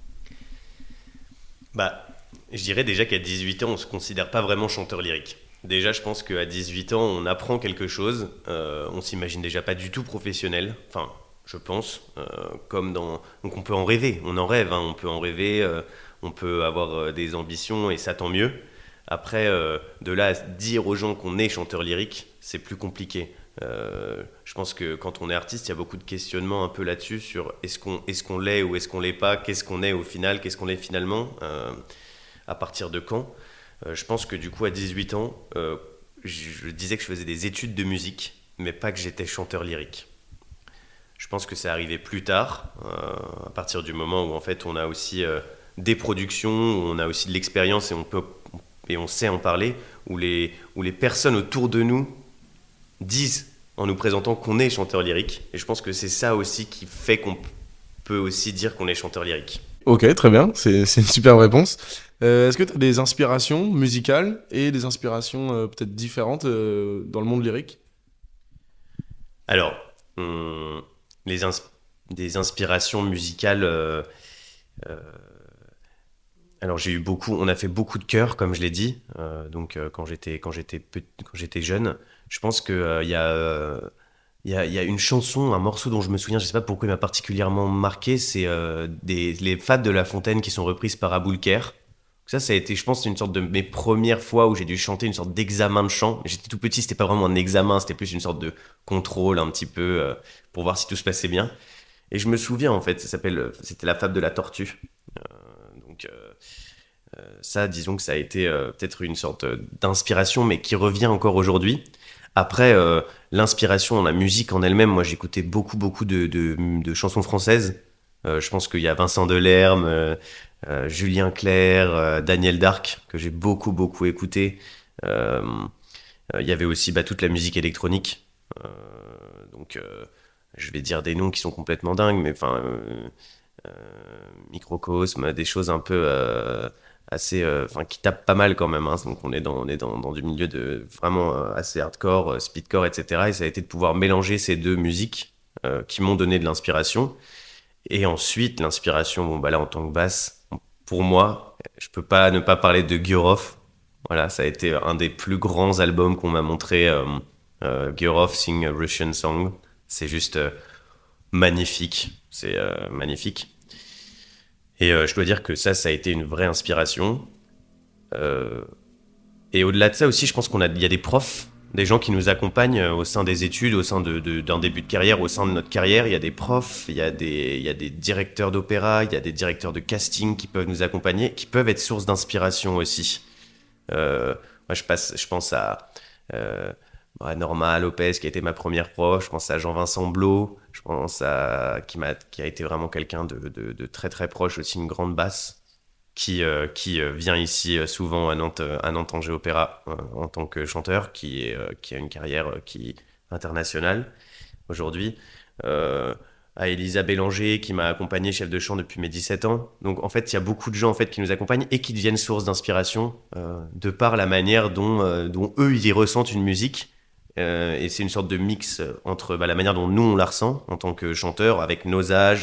Je dirais déjà qu'à 18 ans, on ne se considère pas vraiment chanteur lyrique. Déjà, je pense qu'à 18 ans, on apprend quelque chose. On s'imagine déjà pas du tout professionnel. Enfin, je pense. Donc on peut en rêver. On en rêve. On peut en rêver. On peut avoir des ambitions et ça, tant mieux. Après, de là à dire aux gens qu'on est chanteur lyrique, c'est plus compliqué. Je pense que quand on est artiste, il y a beaucoup de questionnements un peu là-dessus sur est-ce qu'on l'est ou est-ce qu'on l'est pas, qu'est-ce qu'on est au final, qu'est-ce qu'on est finalement, à partir de quand. Je pense que du coup, à 18 ans, je disais que je faisais des études de musique, mais pas que j'étais chanteur lyrique. Je pense que c'est arrivé plus tard, à partir du moment où en fait on a aussi des productions, où on a aussi de l'expérience et on sait en parler, où les personnes autour de nous disent en nous présentant qu'on est chanteur lyrique. Et je pense que c'est ça aussi qui fait qu'on peut aussi dire qu'on est chanteur lyrique. Ok, très bien, c'est une superbe réponse. Est-ce que tu as des inspirations musicales et des inspirations peut-être différentes dans le monde lyrique ? Alors, des inspirations musicales... Alors on a fait beaucoup de chœurs, comme je l'ai dit, quand j'étais jeune. Je pense qu'il y a une chanson, un morceau dont je me souviens, je ne sais pas pourquoi il m'a particulièrement marqué, c'est les Fades de La Fontaine qui sont reprises par Aboulker Ça a été, je pense, une sorte de mes premières fois où j'ai dû chanter une sorte d'examen de chant. J'étais tout petit, c'était pas vraiment un examen, c'était plus une sorte de contrôle un petit peu pour voir si tout se passait bien. Et je me souviens, en fait, c'était la fable de la tortue. Ça, disons que ça a été peut-être une sorte d'inspiration, mais qui revient encore aujourd'hui. Après, l'inspiration dans la musique en elle-même, moi j'écoutais beaucoup de chansons françaises. Je pense qu'il y a Vincent Delerme, Julien Clerc, Daniel Darc, que j'ai beaucoup écouté. Il y avait aussi toute la musique électronique. Je vais dire des noms qui sont complètement dingues, mais Microcosme, des choses un peu assez, qui tapent pas mal quand même. Hein. Donc on est dans du milieu de vraiment assez hardcore, speedcore, etc. Et ça a été de pouvoir mélanger ces deux musiques qui m'ont donné de l'inspiration. Et ensuite, l'inspiration, là en tant que basse, pour moi, je peux pas ne pas parler de Gurov. Voilà, ça a été un des plus grands albums qu'on m'a montré. Gurov Sing a Russian Song. C'est juste magnifique. C'est magnifique. Et je dois dire que ça a été une vraie inspiration. Et au-delà de ça aussi, je pense il y a des profs, des gens qui nous accompagnent au sein des études, au sein d'un début de carrière, au sein de notre carrière. Il y a des profs, il y a des directeurs d'opéra, il y a des directeurs de casting qui peuvent nous accompagner, qui peuvent être source d'inspiration aussi. Moi, je pense à Norma Lopez, qui a été ma première prof. Je pense à Jean-Vincent Blot. Je pense qui a été vraiment quelqu'un de très très proche, aussi une grande basse, qui vient ici souvent à Nantes Angers Opéra en tant que chanteur, qui a une carrière internationale aujourd'hui. À Elisa Bélanger, qui m'a accompagné chef de chant depuis mes 17 ans. Donc en fait, il y a beaucoup de gens en fait qui nous accompagnent et qui deviennent source d'inspiration de par la manière dont eux ils y ressentent une musique. Et c'est une sorte de mix entre la manière dont nous on la ressent en tant que chanteur, avec nos âges,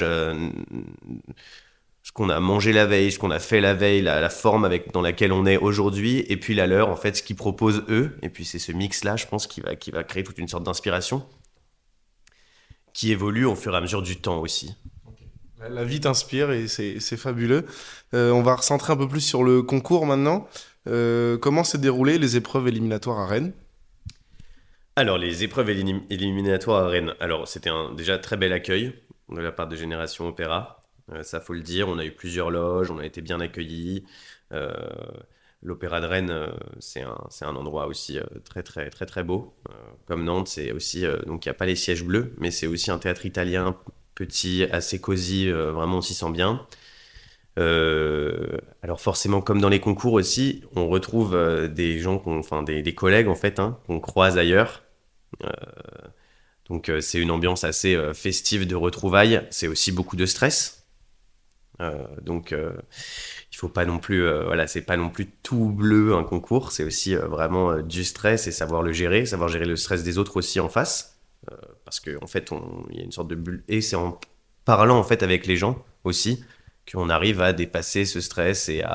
ce qu'on a mangé la veille, ce qu'on a fait la veille, la forme dans laquelle on est aujourd'hui, et puis la leur, en fait, ce qu'ils proposent eux. Et puis c'est ce mix-là, je pense, qui va créer toute une sorte d'inspiration qui évolue au fur et à mesure du temps aussi. La vie t'inspire et c'est fabuleux. On va recentrer un peu plus sur le concours maintenant. Comment s'est déroulé les épreuves éliminatoires à Rennes ? Alors, les épreuves éliminatoires à Rennes, alors c'était un déjà très bel accueil de la part de Génération Opéra. Ça, faut le dire, on a eu plusieurs loges, on a été bien accueillis. L'Opéra de Rennes, c'est un endroit aussi très, très, très, très beau. Comme Nantes, c'est aussi, donc il n'y a pas les sièges bleus, mais c'est aussi un théâtre italien, petit, assez cosy, vraiment on s'y sent bien. Alors forcément, comme dans les concours aussi, on retrouve des gens, des collègues en fait, qu'on croise ailleurs. Donc c'est une ambiance assez festive de retrouvailles. C'est aussi beaucoup de stress. Il faut pas non plus, c'est pas non plus tout bleu un concours. C'est aussi vraiment du stress et savoir gérer le stress des autres aussi en face, parce que en fait, il y a une sorte de bulle. Et c'est en parlant en fait avec les gens aussi qu'on arrive à dépasser ce stress et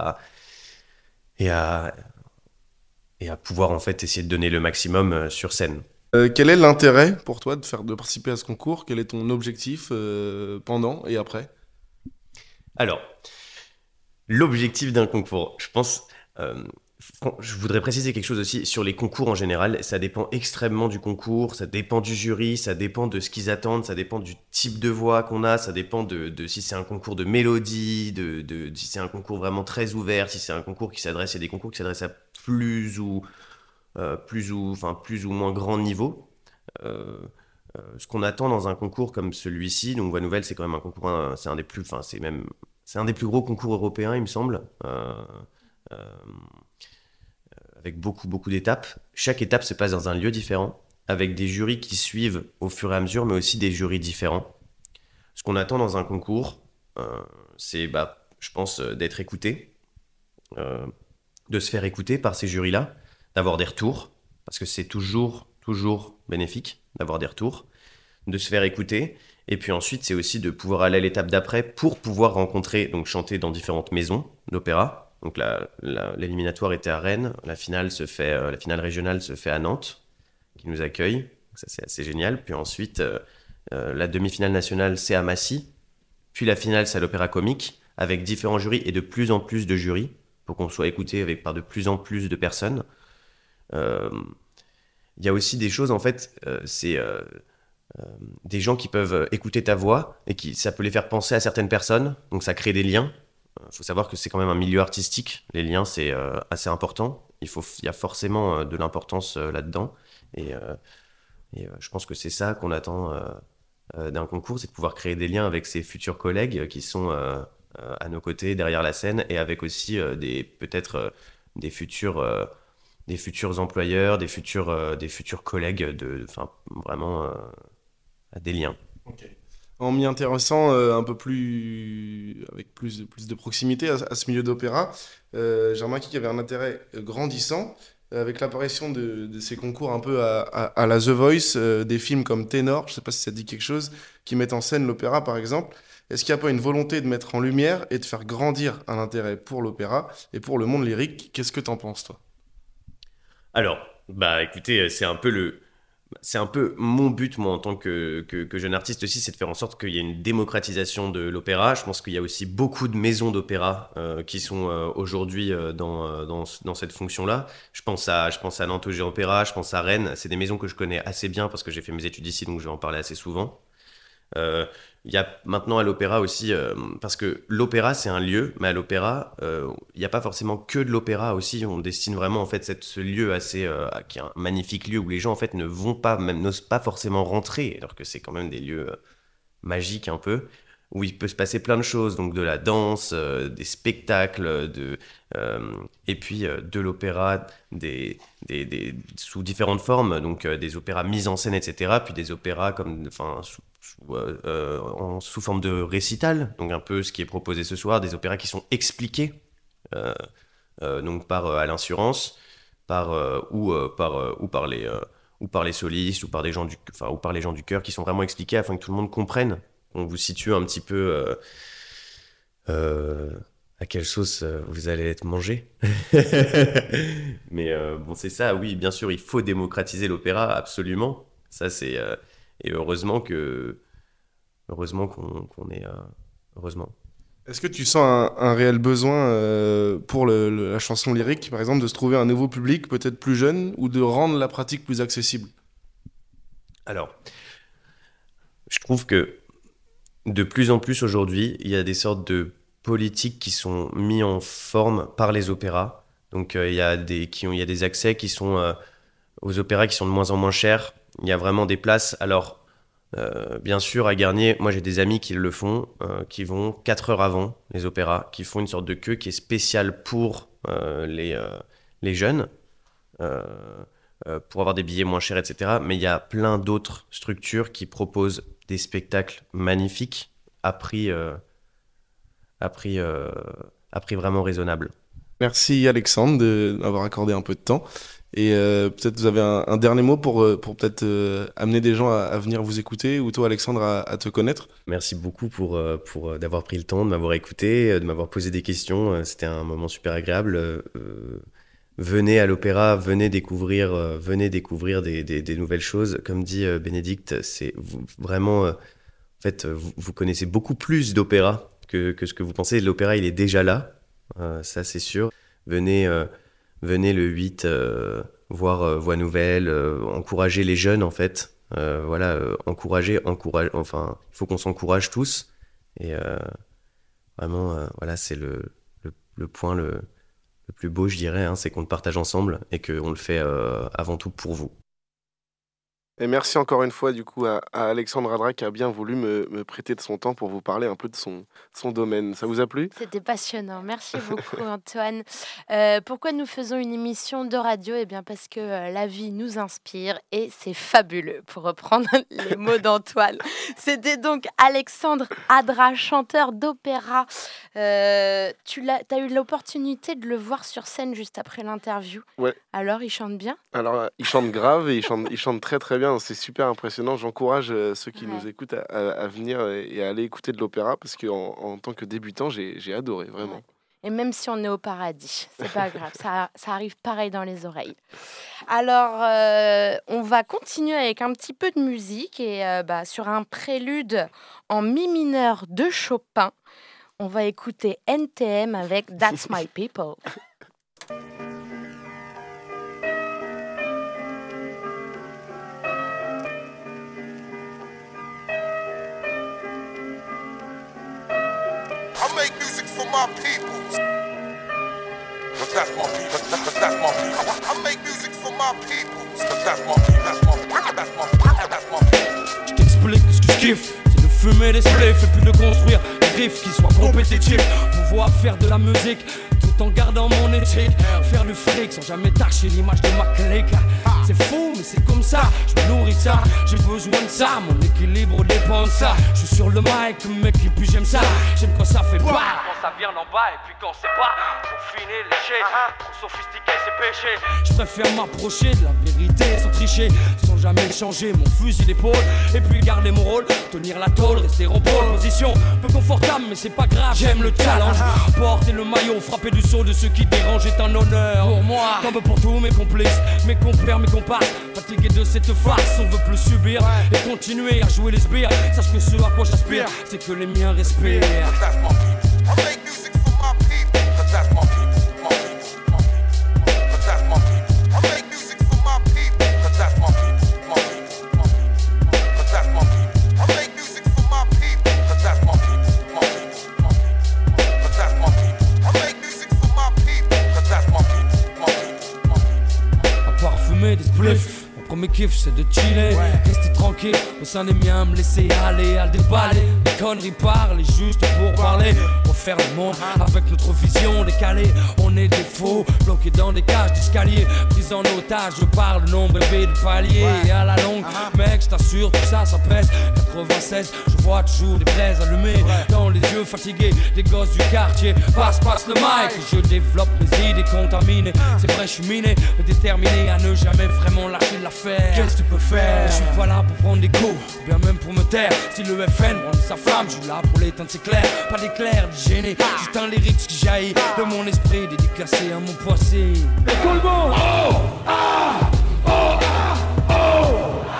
à pouvoir en fait essayer de donner le maximum sur scène. Quel est l'intérêt pour toi de participer à ce concours ? Quel est ton objectif pendant et après ? Alors, l'objectif d'un concours, je pense, je voudrais préciser quelque chose aussi sur les concours en général. Ça dépend extrêmement du concours, ça dépend du jury, ça dépend de ce qu'ils attendent, ça dépend du type de voix qu'on a, ça dépend de si c'est un concours de mélodie, si c'est un concours vraiment très ouvert, si c'est un concours qui s'adresse à des concours qui s'adressent à plus ou moins grand niveau. Ce qu'on attend dans un concours comme celui-ci, donc Voix Nouvelle, c'est quand même un concours, c'est un des plus gros concours européens, il me semble, avec beaucoup d'étapes. Chaque étape se passe dans un lieu différent, avec des jurys qui suivent au fur et à mesure, mais aussi des jurys différents. Ce qu'on attend dans un concours, c'est, je pense, d'être écouté, de se faire écouter par ces jurys-là, d'avoir des retours, parce que c'est toujours bénéfique d'avoir des retours, de se faire écouter, et puis ensuite c'est aussi de pouvoir aller à l'étape d'après pour pouvoir chanter dans différentes maisons d'opéra. Donc l'éliminatoire était à Rennes, la finale régionale se fait à Nantes, qui nous accueille, donc ça c'est assez génial. Puis ensuite la demi-finale nationale c'est à Massy, puis la finale c'est à l'Opéra Comique, avec différents jurys et de plus en plus de jurys, pour qu'on soit écouté par de plus en plus de personnes. Il y a aussi des choses, en fait, c'est des gens qui peuvent écouter ta voix et ça peut les faire penser à certaines personnes, donc ça crée des liens. Il faut savoir que c'est quand même un milieu artistique, les liens c'est assez important, il y a forcément de l'importance là-dedans, et je pense que c'est ça qu'on attend d'un concours, c'est de pouvoir créer des liens avec ses futurs collègues qui sont à nos côtés, derrière la scène, et avec aussi peut-être des futurs employeurs, des futurs collègues, enfin vraiment des liens. Ok. En m'y intéressant un peu plus, avec plus de proximité à ce milieu d'opéra, j'ai remarqué qu'il y avait un intérêt grandissant avec l'apparition de ces concours un peu à la The Voice, des films comme Ténor, je ne sais pas si ça te dit quelque chose, qui mettent en scène l'opéra par exemple. Est-ce qu'il n'y a pas une volonté de mettre en lumière et de faire grandir un intérêt pour l'opéra et pour le monde lyrique? Qu'est-ce que tu en penses, toi? Alors, bah écoutez, c'est un peu mon but, moi, en tant que jeune artiste aussi, c'est de faire en sorte qu'il y ait une démocratisation de l'opéra. Je pense qu'il y a aussi beaucoup de maisons d'opéra qui sont aujourd'hui dans cette fonction-là. Je pense à Nantes Opéra, je pense à Rennes. C'est des maisons que je connais assez bien parce que j'ai fait mes études ici, donc je vais en parler assez souvent. Il y a maintenant à l'opéra aussi, parce que l'opéra c'est un lieu, mais à l'opéra, il n'y a pas forcément que de l'opéra aussi. On destine vraiment en fait ce lieu qui est un magnifique lieu où les gens en fait ne vont pas, même n'osent pas forcément rentrer, alors que c'est quand même des lieux magiques un peu, où il peut se passer plein de choses, donc de la danse, des spectacles, et puis de l'opéra, sous différentes formes, donc des opéras mis en scène, etc. Puis des opéras sous forme de récital, donc un peu ce qui est proposé ce soir, des opéras qui sont expliqués donc par Alain Surance, ou par les solistes, ou par les gens du chœur qui sont vraiment expliqués afin que tout le monde comprenne. On vous situe un petit peu à quelle sauce vous allez être mangé. Mais bon, c'est ça, oui, bien sûr, il faut démocratiser l'opéra, absolument. Ça, c'est... et heureusement qu'on est... heureusement. Est-ce que tu sens un réel besoin pour la chanson lyrique, par exemple, de se trouver un nouveau public, peut-être plus jeune, ou de rendre la pratique plus accessible? Alors, je trouve que de plus en plus aujourd'hui, il y a des sortes de politiques qui sont mises en forme par les opéras. Donc il y a des accès qui sont aux opéras qui sont de moins en moins chers. Il y a vraiment des places. Alors, bien sûr, à Garnier, moi j'ai des amis qui le font, qui vont 4 heures avant les opéras, qui font une sorte de queue qui est spéciale pour les jeunes, pour avoir des billets moins chers, etc. Mais il y a plein d'autres structures qui proposent des spectacles magnifiques à prix vraiment raisonnable. Merci Alexandre de m'avoir accordé un peu de temps. Et peut-être vous avez un dernier mot pour peut-être amener des gens à venir vous écouter, ou toi Alexandre à te connaître. Merci beaucoup pour d'avoir pris le temps de m'avoir écouté, de m'avoir posé des questions. C'était un moment super agréable. Venez à l'opéra, venez découvrir des nouvelles choses. Comme dit Bénédicte, c'est vraiment... en fait, vous connaissez beaucoup plus d'opéra que ce que vous pensez. L'opéra, il est déjà là, ça c'est sûr. Venez le 8 voir Voix Nouvelle, encourager les jeunes en fait. Encourager. Enfin, il faut qu'on s'encourage tous. Et vraiment, voilà, c'est le point le plus beau, je dirais, hein, c'est qu'on le partage ensemble et qu'on le fait avant tout pour vous. Et merci encore une fois du coup à Alexandre Adra qui a bien voulu me prêter de son temps pour vous parler un peu de son domaine. Ça vous a plu? C'était passionnant. Merci beaucoup, Antoine. Pourquoi nous faisons une émission de radio? Eh bien, parce que la vie nous inspire et c'est fabuleux, pour reprendre les mots d'Antoine. C'était donc Alexandre Adra, chanteur d'opéra. T'as eu l'opportunité de le voir sur scène juste après l'interview. Ouais. Alors, il chante bien? Alors, il chante grave et il chante très très bien. C'est super impressionnant. J'encourage ceux qui nous écoutent à venir et à aller écouter de l'opéra parce qu'en tant que débutant, j'ai adoré, vraiment. Ouais. Et même si on est au paradis, c'est pas grave, ça arrive pareil dans les oreilles. Alors, on va continuer avec un petit peu de musique et sur un prélude en mi mineur de Chopin. On va écouter NTM avec That's My People. I make music for my peoples. That's my people. That's my people. I make music for my peoples. That's my people. That's my people. Je t'explique ce que je kiffe. C'est de fumer des spliffs et puis de construire des riffs qui soient compétitifs. Pouvoir faire de la musique tout en gardant mon éthique. Faire du fric sans jamais tâcher l'image de ma clique. C'est fou mais c'est comme ça, je me nourris de ça. J'ai besoin de ça, mon équilibre dépend de ça. Je suis sur le mic, mec et puis j'aime ça. J'aime quand ça fait pas, quand ça vient d'en bas et puis quand c'est pas pour finir léché. Trop sophistiqué c'est péché. Je préfère m'approcher de la vérité sans tricher, sans jamais changer mon fusil d'épaule. Et puis garder mon rôle, tenir la tôle, rester en pole position. Peu confortable mais c'est pas grave, j'aime le challenge. Porter le maillot, frapper du saut de ceux qui dérangent est un honneur pour moi. Comme pour tous mes complices, mes compères, mes comparses. Fatigué de cette farce, on veut plus subir et continuer à jouer les sbires. Sache que ce à quoi j'aspire, c'est que les miens respirent. That's my people. I make music for my people. That's my people. My people. That's my people. I make music for my people. That's my people. My people. That's my people. I make music for my people. That's my people. My people. That's my people. I make music for my people. That's my people. My people. À part fumer des spliffs, mon premier kiff c'est de chiller, rester tranquille au sein des miens, me laisser aller à déballer. Les conneries parlent juste pour parler, refaire le monde avec notre vision décalée. On est des faux, bloqués dans des cages d'escalier, pris en otage, je parle nombre élevé de paliers. Et à la longue, mec, je t'assure, tout ça, ça pèse. 96, je vois toujours des braises allumées dans les yeux fatigués des gosses du quartier. Passe le mic, et je développe mes idées contaminées. C'est vrai, je suis miné, mais déterminé à ne jamais vraiment lâcher l'affaire. Qu'est-ce que tu peux faire? Je suis pas là pour prendre des coups, ou bien même pour me taire. Si le FN brandit sa flamme, je suis là pour l'éteindre, c'est clair. Pas d'éclair, de gêner, juste un lyrics qui jaillit de mon esprit, dédicacé à mon passé. Et tout le monde! Oh! Ah! Oh! Ah! Oh!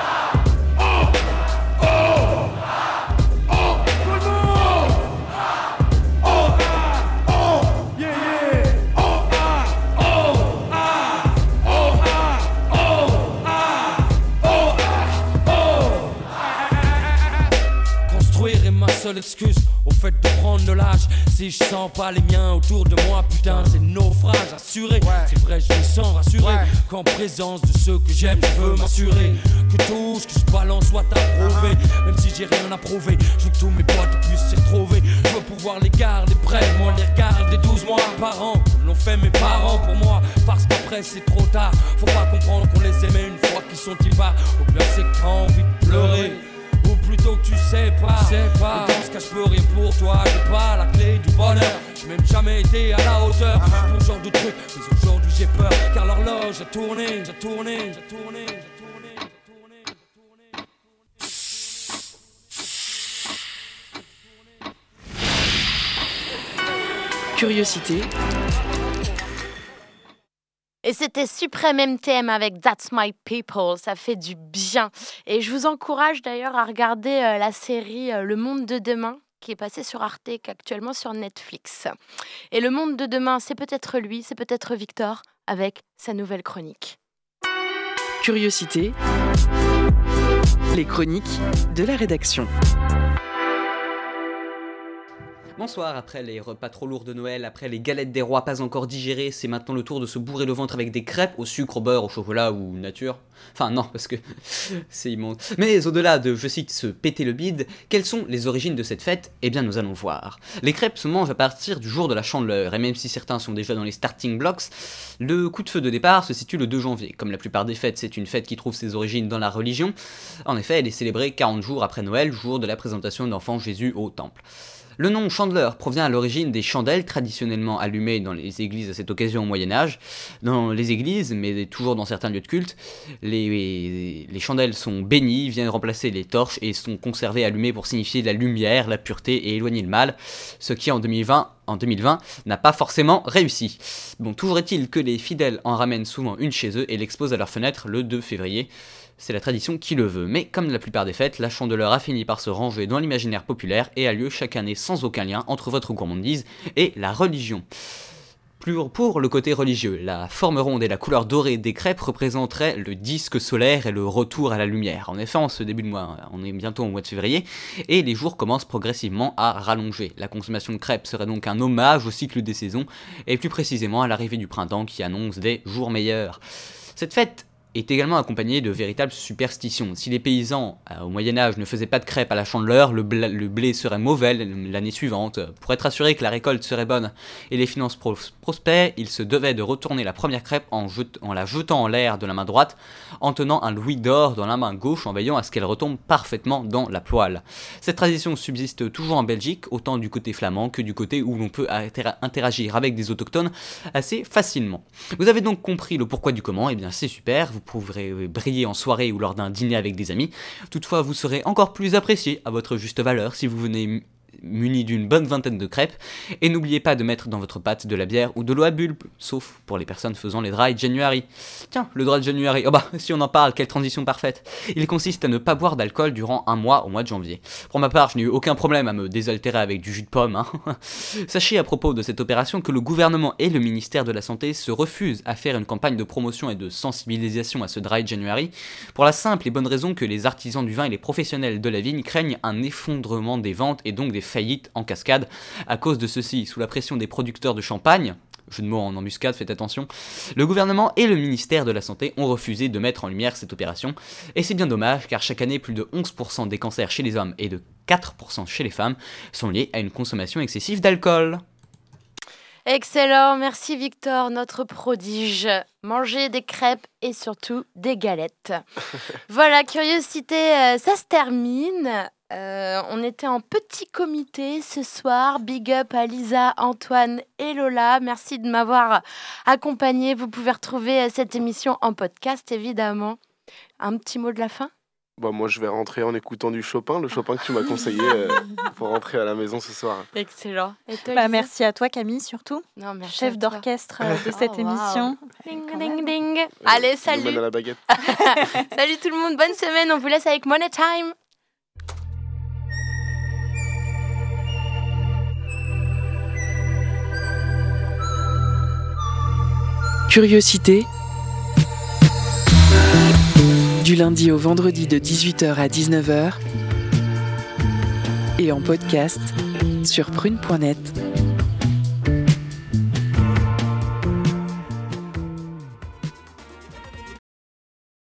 Seule excuse au fait de prendre de l'âge. Si je sens pas les miens autour de moi, putain c'est naufrage assuré. C'est vrai je me sens rassuré qu'en présence de ceux que j'aime je veux m'assurer que tout ce que je balance soit approuvé. Même si j'ai rien à prouver, je veux que tous mes potes puissent s'y retrouver. Je veux pouvoir les garder près, moi les regarder 12 mois par an comme l'ont fait mes parents pour moi. Parce qu'après c'est trop tard, faut pas comprendre qu'on les aimait une fois qu'ils sont épars. Ou bien c'est que t'as envie de pleurer, ou plutôt que tu sais pas. Et dans ce cas je peux rien pour toi, j'ai pas la clé du bonheur. J'ai même jamais été à la hauteur pour ce genre de truc, mais aujourd'hui j'ai peur. Car l'horloge a tourné, j'ai tourné, j'ai tourné, j'ai tourné, j'ai tourné, j'ai tourné. Curiosité. Et c'était Suprême MTM avec That's My People, ça fait du bien. Et je vous encourage d'ailleurs à regarder la série Le Monde de Demain, qui est passée sur Arte, qui est actuellement sur Netflix. Et Le Monde de Demain, c'est peut-être lui, c'est peut-être Victor, avec sa nouvelle chronique. Curiosité. Les chroniques de la rédaction. Bonsoir, après les repas trop lourds de Noël, après les galettes des rois pas encore digérées, c'est maintenant le tour de se bourrer le ventre avec des crêpes au sucre, au beurre, au chocolat ou nature. Enfin non, parce que c'est immonde. Mais au-delà de, je cite, se péter le bide, quelles sont les origines de cette fête? Eh bien nous allons voir. Les crêpes se mangent à partir du jour de la Chandeleur, et même si certains sont déjà dans les starting blocks, le coup de feu de départ se situe le 2 janvier. Comme la plupart des fêtes, c'est une fête qui trouve ses origines dans la religion. En effet, elle est célébrée 40 jours après Noël, jour de la présentation d'enfant Jésus au temple. Le nom chandeleur provient à l'origine des chandelles traditionnellement allumées dans les églises à cette occasion au Moyen-Âge. Dans les églises, mais toujours dans certains lieux de culte, les chandelles sont bénies, viennent remplacer les torches et sont conservées allumées pour signifier la lumière, la pureté et éloigner le mal, ce qui en 2020 en 2020 n'a pas forcément réussi. Bon, toujours est-il que les fidèles en ramènent souvent une chez eux et l'exposent à leur fenêtre le 2 février. C'est la tradition qui le veut, mais comme la plupart des fêtes, la Chandeleur a fini par se ranger dans l'imaginaire populaire et a lieu chaque année sans aucun lien entre votre gourmandise et la religion. Pour le côté religieux, la forme ronde et la couleur dorée des crêpes représenteraient le disque solaire et le retour à la lumière. En effet, en ce début de mois, on est bientôt au mois de février, et les jours commencent progressivement à rallonger. La consommation de crêpes serait donc un hommage au cycle des saisons, et plus précisément à l'arrivée du printemps qui annonce des jours meilleurs. Cette fête est également accompagnée de véritables superstitions. Si les paysans, au Moyen-Âge, ne faisaient pas de crêpes à la Chandeleur, le blé serait mauvais l'année suivante. Pour être assuré que la récolte serait bonne et les finances prospèrent, il se devait de retourner la première crêpe en la jetant en l'air de la main droite, en tenant un louis d'or dans la main gauche, en veillant à ce qu'elle retombe parfaitement dans la poêle. Cette tradition subsiste toujours en Belgique, autant du côté flamand que du côté où l'on peut interagir avec des autochtones assez facilement. Vous avez donc compris le pourquoi du comment, et bien c'est super, vous pourrez briller en soirée ou lors d'un dîner avec des amis. Toutefois, vous serez encore plus apprécié à votre juste valeur si vous venez muni d'une bonne vingtaine de crêpes, et n'oubliez pas de mettre dans votre pâte de la bière ou de l'eau à bulbe, sauf pour les personnes faisant les dry January. Tiens, le dry January, oh bah, si on en parle, quelle transition parfaite. Il consiste à ne pas boire d'alcool durant un mois au mois de janvier. Pour ma part, je n'ai eu aucun problème à me désaltérer avec du jus de pomme, hein. Sachez à propos de cette opération que le gouvernement et le ministère de la Santé se refusent à faire une campagne de promotion et de sensibilisation à ce dry January, pour la simple et bonne raison que les artisans du vin et les professionnels de la vigne craignent un effondrement des ventes et donc des faillites en cascade. À cause de ceci, sous la pression des producteurs de champagne, jeu de mots en embuscade, faites attention, le gouvernement et le ministère de la Santé ont refusé de mettre en lumière cette opération, et c'est bien dommage car chaque année plus de 11% des cancers chez les hommes et de 4% chez les femmes sont liés à une consommation excessive d'alcool. Excellent, merci Victor, notre prodige. Manger des crêpes et surtout des galettes. Voilà, curiosité, ça se termine. On était en petit comité ce soir. Big up à Lisa, Antoine et Lola. Merci de m'avoir accompagnée. Vous pouvez retrouver cette émission en podcast, évidemment. Un petit mot de la fin ? Bah, moi, je vais rentrer en écoutant du Chopin, le Chopin que tu m'as conseillé pour rentrer à la maison ce soir. Excellent. Et toi, Bah, merci à toi, Camille, surtout. Non, merci chef à toi. d'orchestre de cette émission. Ding, ding, ding. Allez, Tu nous mènes salut. à la baguette. Salut tout le monde, bonne semaine. On vous laisse avec Money Time. Curiosité. Du lundi au vendredi de 18h à 19h. Et en podcast sur prune.net.